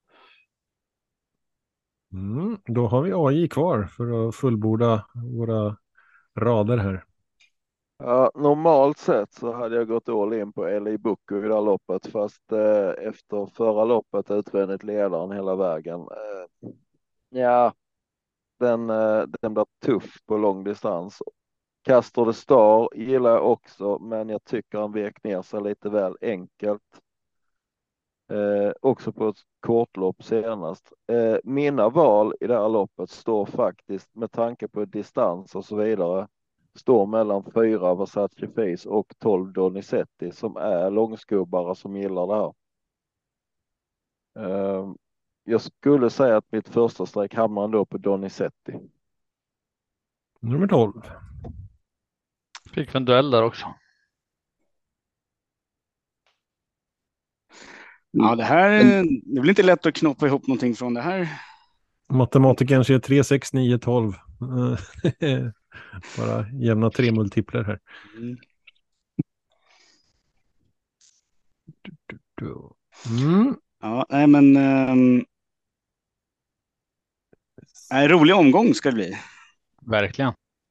Mm, då har vi A J kvar för att fullborda våra rader här. Ja, normalt sett så hade jag gått all in på Eli Bucco i det här loppet, fast eh, efter förra loppet utvändigt ledaren hela vägen. Eh, ja, den, eh, den blir tuff på lång distans. Castor de Star gillar jag också, men jag tycker han vek ner sig lite väl enkelt. Eh, också på ett kortlopp senast. Eh, mina val i det här loppet står faktiskt, med tanke på distans och så vidare, står mellan fyra Versace Face och tolv Donizetti som är långskubbare som gillar det här. Eh, jag skulle säga att mitt första streck hamnar ändå på Donizetti. Nummer tolv. Fick vi en duell där också. ja, det här det blir inte lätt att knoppa ihop någonting från det här. Matematikern ser tre, sex, nio, tolv. Eh, Bara jämna tre multipler här. Mm. Mm. Ja, nej, men um, en rolig omgång ska det bli. Verkligen.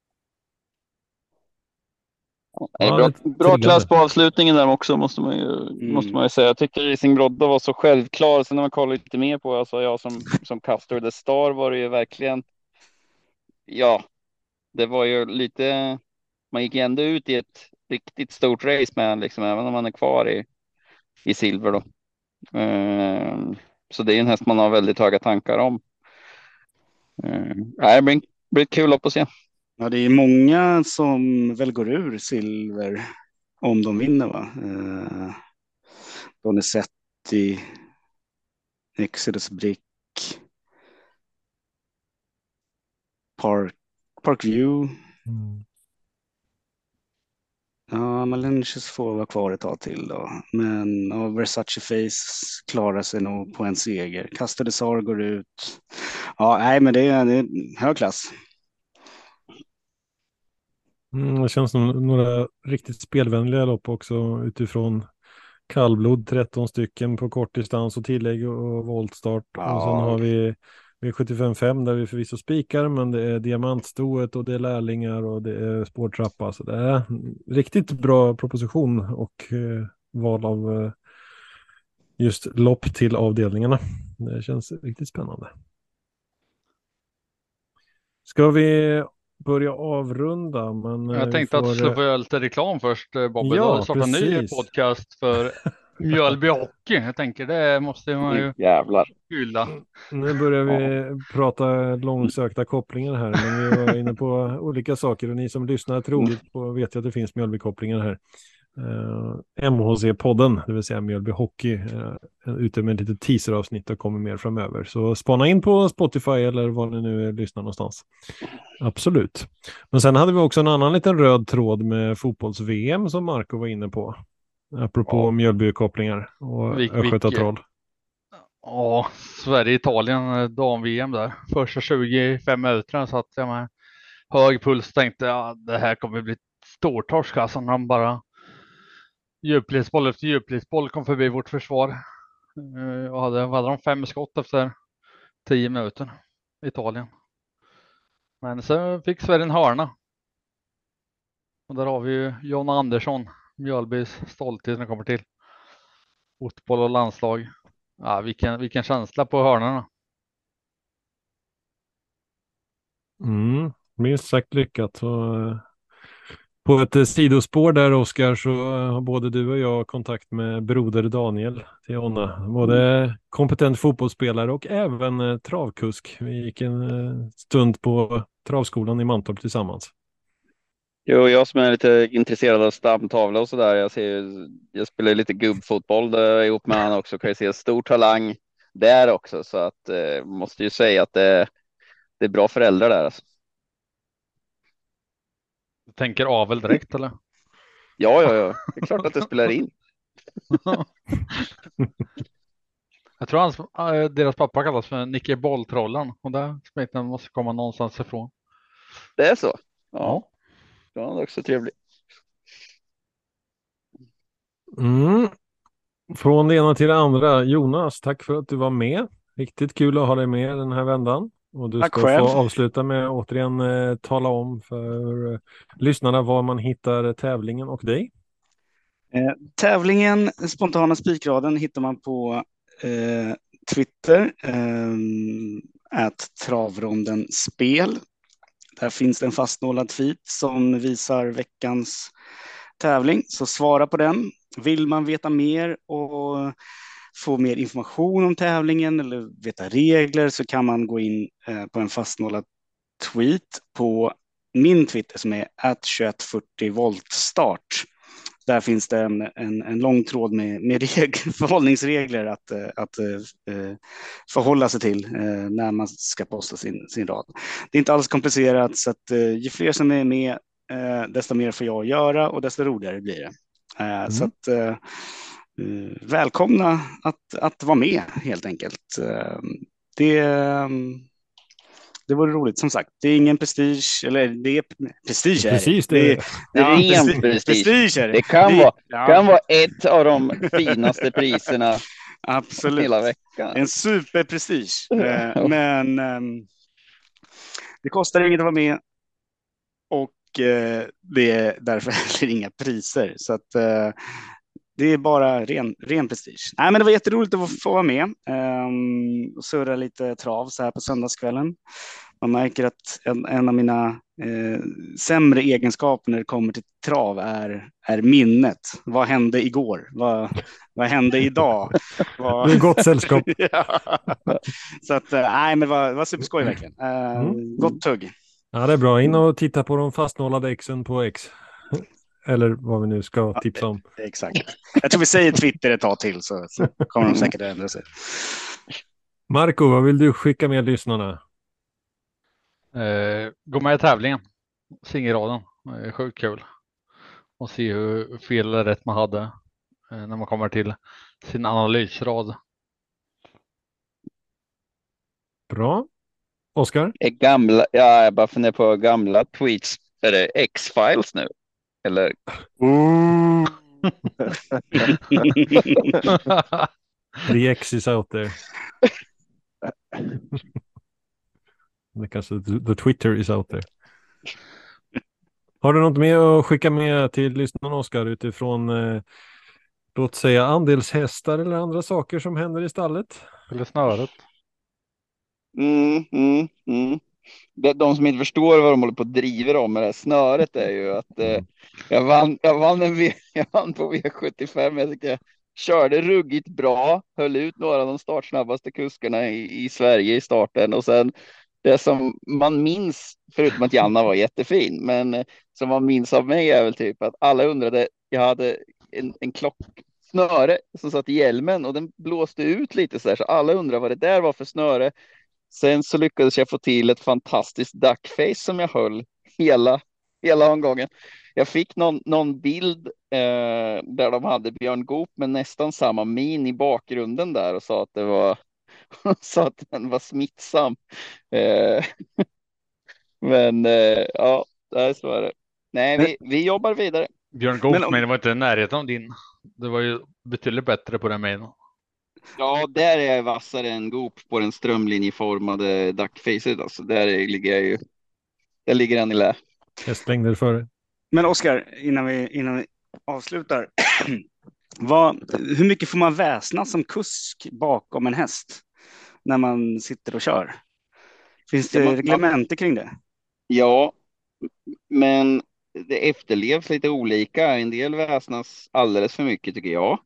Det är Ja, bra, lite bra triggande. klass på avslutningen där också, måste man ju, måste man ju säga. Jag tycker Racing Brodda var så självklar. Sen när man kollar lite mer på, alltså jag som, som Castor the Star var det ju verkligen, ja, det var ju lite, man gick ändå ut i ett riktigt stort race med han, liksom, även om man är kvar i, i silver då. Ehm, så det är en häst man har väldigt höga tankar om. Ehm, det blir, blir ett kul lopp att se. Ja, det är många som väl går ur silver om de vinner, va? Eh, Donizetti, Exodus Brick, Park, Parkview. Mm. Ja, Malensius får vara kvar ett tag till då. Men ja, Versace Face klarar sig nog på en seger. Castor de Sar går ut. Ja, nej, men det är, det är hög klass. Mm, det känns som några riktigt spelvänliga lopp också utifrån kallblod, tretton stycken på kort distans och tillägg och voltstart. Ja. Och sen har vi V sjuttiofem fem där vi förvisso spikar, men det är diamantstoet och det är lärlingar och det är spårtrappa. Så det är riktigt bra proposition och eh, val av eh, just lopp till avdelningarna. Det känns riktigt spännande. Ska vi börja avrunda? Men Jag tänkte får... att slå för lite reklam först, Bobby. Ja, Du har startat en ny podcast för Mjölby Hockey. Jag tänker det måste man ju jävlar hylla. Nu börjar vi prata långsökta kopplingar här, men vi var inne på olika saker och ni som lyssnar troligt på vet ju att det finns Mjölby-kopplingar här. Uh, M H C-podden, det vill säga Mjölby Hockey, uh, ute med ett litet teaseravsnitt och kommer mer framöver. Så spana in på Spotify eller var ni nu lyssnar någonstans. Absolut. Men sen hade vi också en annan liten röd tråd med fotbolls-V M som Marco var inne på. Apropå ja. Mjölby-kopplingar och Östgötatroll. Ja, Sverige-Italien dam-V M där. Första tjugofem minuterna satt jag med hög puls och tänkte ja, det här kommer bli stortorsk. Alltså när de bara djupledsboll efter djupledsboll kom förbi vårt försvar. Och hade, hade de fem skott efter tio minuter. Italien. Men så fick Sverige en hörna. Och där har vi ju John Andersson, Mjölbys stolthet när det kommer till fotboll och landslag. Ja, vilken, vilken känsla på hörnorna. Mm, minst sagt lyckat. Och på ett sidospår där, Oskar, så har både du och jag kontakt med broder Daniel till Jonna. Både kompetent fotbollsspelare och även travkusk. Vi gick en stund på travskolan i Mantorp tillsammans. Jo, jag som är lite intresserad av stamtavla och sådär. Jag ser, jag spelar lite gubbfotboll där ihop med han också. Kan jag se stor talang där också. Så att eh, måste ju säga att det, det är bra föräldrar där. Alltså. Du tänker avel direkt eller? Ja, ja, ja. Det är klart att det spelar in. Jag tror hans, deras pappa kallas för Nicke Bolltrollen. Och där smeknamnet måste komma någonstans ifrån. Det är så? Ja. Ja, det är också trevligt. Mm. Från det ena till det andra. Jonas, tack för att du var med. Riktigt kul att ha dig med den här vändan. Och du tack ska själv. få avsluta med att återigen eh, tala om för eh, lyssnarna var man hittar tävlingen och dig. Eh, tävlingen Spontana spikraden hittar man på eh, Twitter. Eh, at Travronden spel. Där finns det en fastnålad tweet som visar veckans tävling. Så svara på den. Vill man veta mer och få mer information om tävlingen eller veta regler så kan man gå in eh, på en fastnålad tweet på min Twitter som är at tjugoett fyrtio voltstart. Där finns det en, en, en lång tråd med, med regler, förhållningsregler att, att uh, förhålla sig till uh, när man ska posta sin, sin rad. Det är inte alls komplicerat så att uh, ju fler som är med uh, desto mer får jag göra och desto roligare blir det. Uh, mm. Så att uh, uh, välkomna att, att vara med helt enkelt. Uh, det um, Det vore roligt som sagt. Det är ingen prestige, eller det är prestige. Är Precis, det. det är, det är ja, ren prestige. prestige är det. det kan, det, vara, ja. kan vara ett av de finaste priserna absolut. Hela veckan. En superprestige. Ja. Men um, det kostar inget att vara med och uh, det är därför heller inga priser. Så att uh, det är bara ren, ren prestige. Nej, men det var jätteroligt att få vara med um, och surra lite trav så här på söndagskvällen. Man märker att en, en av mina eh, sämre egenskaper när det kommer till trav är, är minnet. Vad hände igår? Vad, vad hände idag? Vad... Det är gott sällskap. ja. Så att, nej, men det var, var superskoj verkligen. Uh, mm. Gott tugg. Ja, det är bra. In och titta på de fastnålade exen på X. Eller vad vi nu ska tipsa om. Ja, exakt. Jag tror vi säger Twitter ett tag till så, så kommer de säkert att ändra sig. Marco, vad vill du skicka med lyssnarna? Eh, gå med i tävlingen. Singelraden. Det är sjukt kul. Och se hur fel eller rätt man hade eh, när man kommer till sin analysrad. Bra. Oskar? Gamla, ja, jag bara funderar på gamla tweets. Är det X-Files nu? Eller? Ooh. The X is out there. Det kanske the Twitter is out there. Har du något mer att skicka med till lyssnarna, Oskar, utifrån eh, låt säga andelshästar eller andra saker som händer i stallet? Eller snöret. Mm, mm, mm. Det, de som inte förstår vad de håller på att driva om med det här snöret är ju att eh, jag, vann, jag, vann en v, jag vann på V sjuttiofem. Jag tyckte jag körde ruggigt bra, höll ut några av de startsnabbaste kuskarna i, i Sverige i starten, och sen det som man minns, förutom att Janna var jättefin, men eh, som man minns av mig är väl typ att alla undrade, jag hade en, en klocksnöre som satt i hjälmen och den blåste ut lite så där, så alla undrade vad det där var för snöre. Sen så lyckades jag få till ett fantastiskt duckface som jag höll hela, hela omgången. Jag fick någon, någon bild eh, där de hade Björn Goop med nästan samma min i bakgrunden där och sa att det var sa att den var smittsam. Eh, men eh, ja, där så är det. Nej, vi, vi jobbar vidare. Björn Goop, men det var inte i närheten av din. Det var ju betydligt bättre på den minen. Ja, där är jag vassare än Goop på den strömlinjeformade duckfacet. Alltså, där ligger jag ju. Där ligger han i lä. Hästlängder före. Men Oskar, innan vi, innan vi avslutar. Vad, hur mycket får man väsna som kusk bakom en häst när man sitter och kör? Finns det Ja, man, reglementer kring det? Ja, men det efterlevs lite olika. En del väsnas alldeles för mycket tycker jag.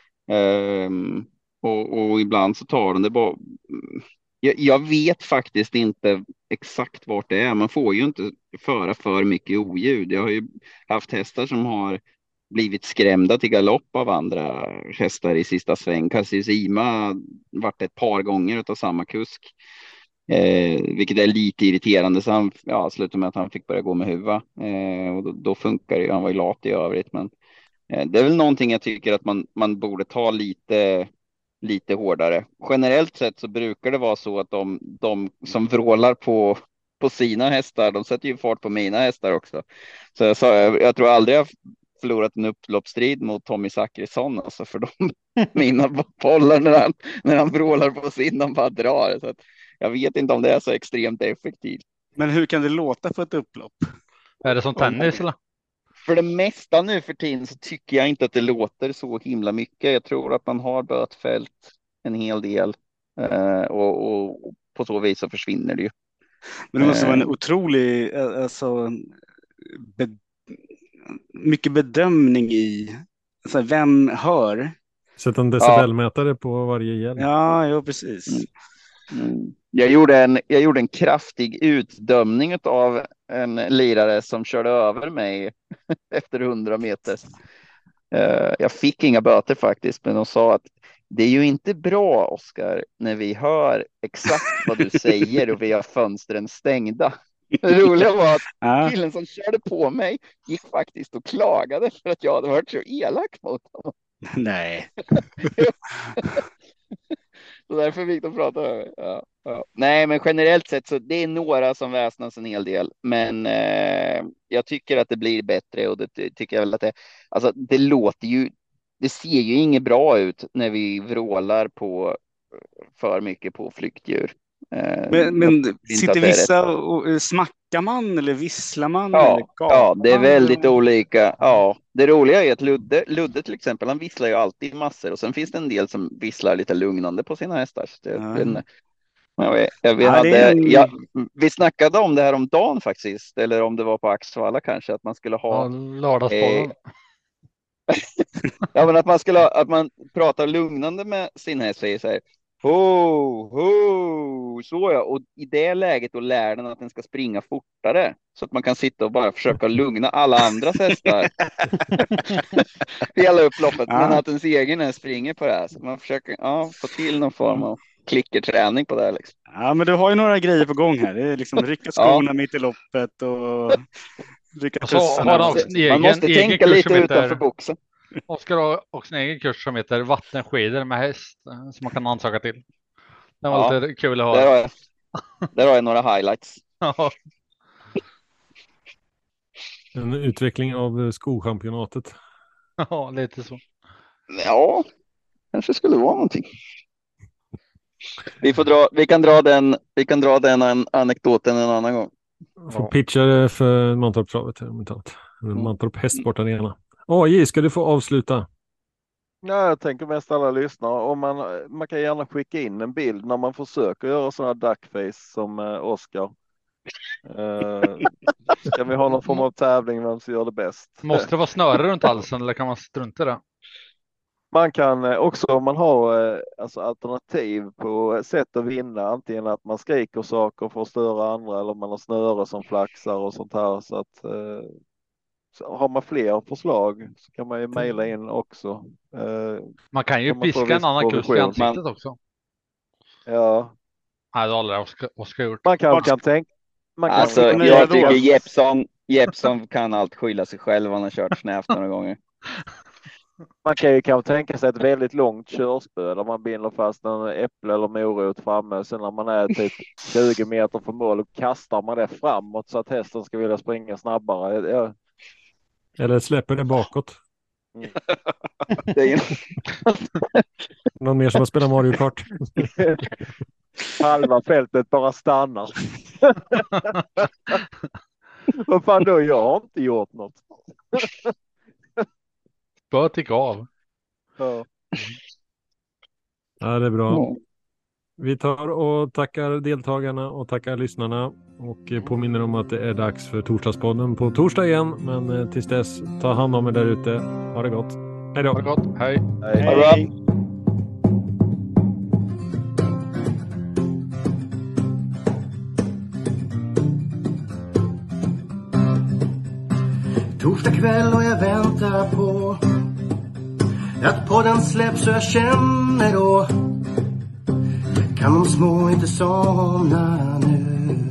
Um, och, och ibland så tar den det bara. Jag, jag vet faktiskt inte exakt vart det är. Man får ju inte föra för mycket oljud. Jag har ju haft hästar som har blivit skrämda till galopp av andra hästar i sista sväng. Cassius Ima vart ett par gånger av samma kusk. Eh, vilket är lite irriterande, så han ja, slutade med att han fick börja gå med huva. Eh, och då, då funkar det ju. Han var ju lat i övrigt, men eh, det är väl någonting jag tycker att man, man borde ta lite lite hårdare. Generellt sett så brukar det vara så att de, de som vrålar på, på sina hästar, de sätter ju fart på mina hästar också. Så jag, sa, jag, jag tror aldrig jag förlorat en upploppsstrid mot Tommy Zachrisson, alltså, för de mina bollar när han, när han vrålar på sin, de bara drar. Så att jag vet inte om det är så extremt effektivt. Men hur kan det låta på ett upplopp? Är det som tennis eller? För det mesta nu för tiden så tycker jag inte att det låter så himla mycket. Jag tror att man har bötfält en hel del eh, och, och på så vis så försvinner det ju. Men det måste vara en otrolig, alltså, be, mycket bedömning i, alltså, vem hör? Sätta en decibelmätare ja. På varje hjälm. Ja, ja precis. Mm. Mm. Jag, gjorde en, jag gjorde en kraftig utdömning av en lirare som körde över mig efter hundra meter. Uh, jag fick inga böter faktiskt, men de sa att det är ju inte bra, Oskar, när vi hör exakt vad du säger och vi har fönstren stängda. Det roliga var att killen som körde på mig gick faktiskt och klagade för att jag hade varit så elak mot honom. Nej. Så därför fick de prata över. Ja, ja. Nej, men generellt sett så det är några som väsnas en hel del. Men eh, jag tycker att det blir bättre, och det tycker jag väl att det, alltså det låter ju, det ser ju inget bra ut när vi vrålar på för mycket på flyktdjur. Eh, men men sitter vissa och smackar man eller visslar man? Ja, eller ja, det är väldigt olika. Ja, det roliga är att Ludde, Ludde till exempel, han visslar ju alltid massor, och sen finns det en del som visslar lite lugnande på sina hästar. Det, ja. det, jag vet, jag, vi, ja, hade, en... ja, vi snackade om det här om dagen faktiskt, eller om det var på Axvalla kanske, att man skulle ha... Ja, eh, ja, men att man skulle ha, att man pratar lugnande med sin häst, säger så här: Ho, ho, så ja. Och i det läget då lär den att den ska springa fortare, så att man kan sitta och bara försöka lugna alla andras hästar hela upploppet, ja. Men att ens egen häst springer på det här, så man försöker ja, få till någon form av klickerträning på det här, liksom. Ja, men du har ju några grejer på gång här. Det är liksom rycka skorna ja. mitt i loppet och rycka tussarna. Man, man måste egen tänka lite utanför heter... boxen. Oskar har också en egen kurs som heter vattenskidor med häst som man kan ansöka till. Det var ja, lite kul att ha. Där har jag, där har jag några highlights. Ja. En utveckling av skochampionatet. Ja, lite så. Ja, kanske skulle vara någonting. Vi får dra, vi kan dra den, vi kan dra den an, anekdoten en annan gång. Får ja. pitcha för Mantorp-travet. Mm. Mantorp hästsportarena. A J, ska du få avsluta? Ja, jag tänker mest alla lyssnare. Om man, man kan gärna skicka in en bild när man försöker göra sådana duckface som eh, Oscar. Uh, kan vi ha någon form av tävling vem som gör det bäst? Måste det vara snöre runt halsen eller kan man strunta i det? Man kan eh, också om man har eh, alltså alternativ på sätt att vinna, antingen att man skriker saker för att störa andra eller man har snöre som flaxar och sånt här. Så att eh, så har man fler förslag så kan man ju mejla in också. Eh, Man kan ju kan man få piska en viss annan kust i provision. ansiktet Man- också. Ja, Nej, det har aldrig Oskar, Oskar gjort. man kan, kan tänka. Man kan Alltså, men jag då- tycker Jeppsson, Jeppsson kan allt skylla sig själv. Han har kört snävt några gånger. Man kan ju kanske tänka sig ett väldigt långt körspö där man binder fast en äpple eller morot framme. Sen när man är typ tjugo meter från mål och kastar man det framåt så att hästen ska vilja springa snabbare. Ja, Eller släpper det bakåt. Det är ju... Någon mer som har spelat Mario Kart? halva fältet bara stannar. Vad fan då? Jag har inte gjort något. Bör ticka av. Ja. Ja, det är bra. Vi tar och tackar deltagarna och tackar lyssnarna och påminner om att det är dags för Torsdagspodden på torsdag igen. Men eh, tills dess, ta hand om er där ute. Ha det gott. Hej då. Ha det gott. Hej. Hej. Ha det bra. Hej. Torsdag kväll och jag väntar på att podden släpps så jag känner då kan de små inte somna nu.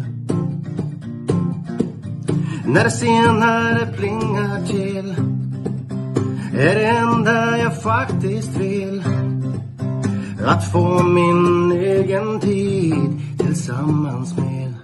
När det senare plingar till är det enda jag faktiskt vill att få min egen tid tillsammans med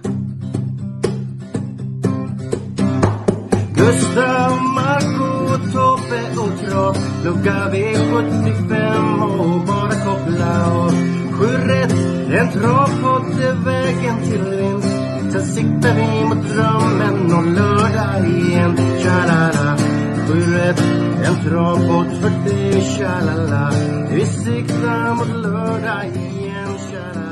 Gustav, Marco, Tobbe och Trav. Lucka V sjuttiofem och bara koppla av. Sju rätt, en travpodd är vägen till vinst. Sen siktar vi mot drömmen om lördag igen. Tjalala, sju rätt, en travpodd för dig. Tjalala, vi siktar mot lördag igen. Tjalala.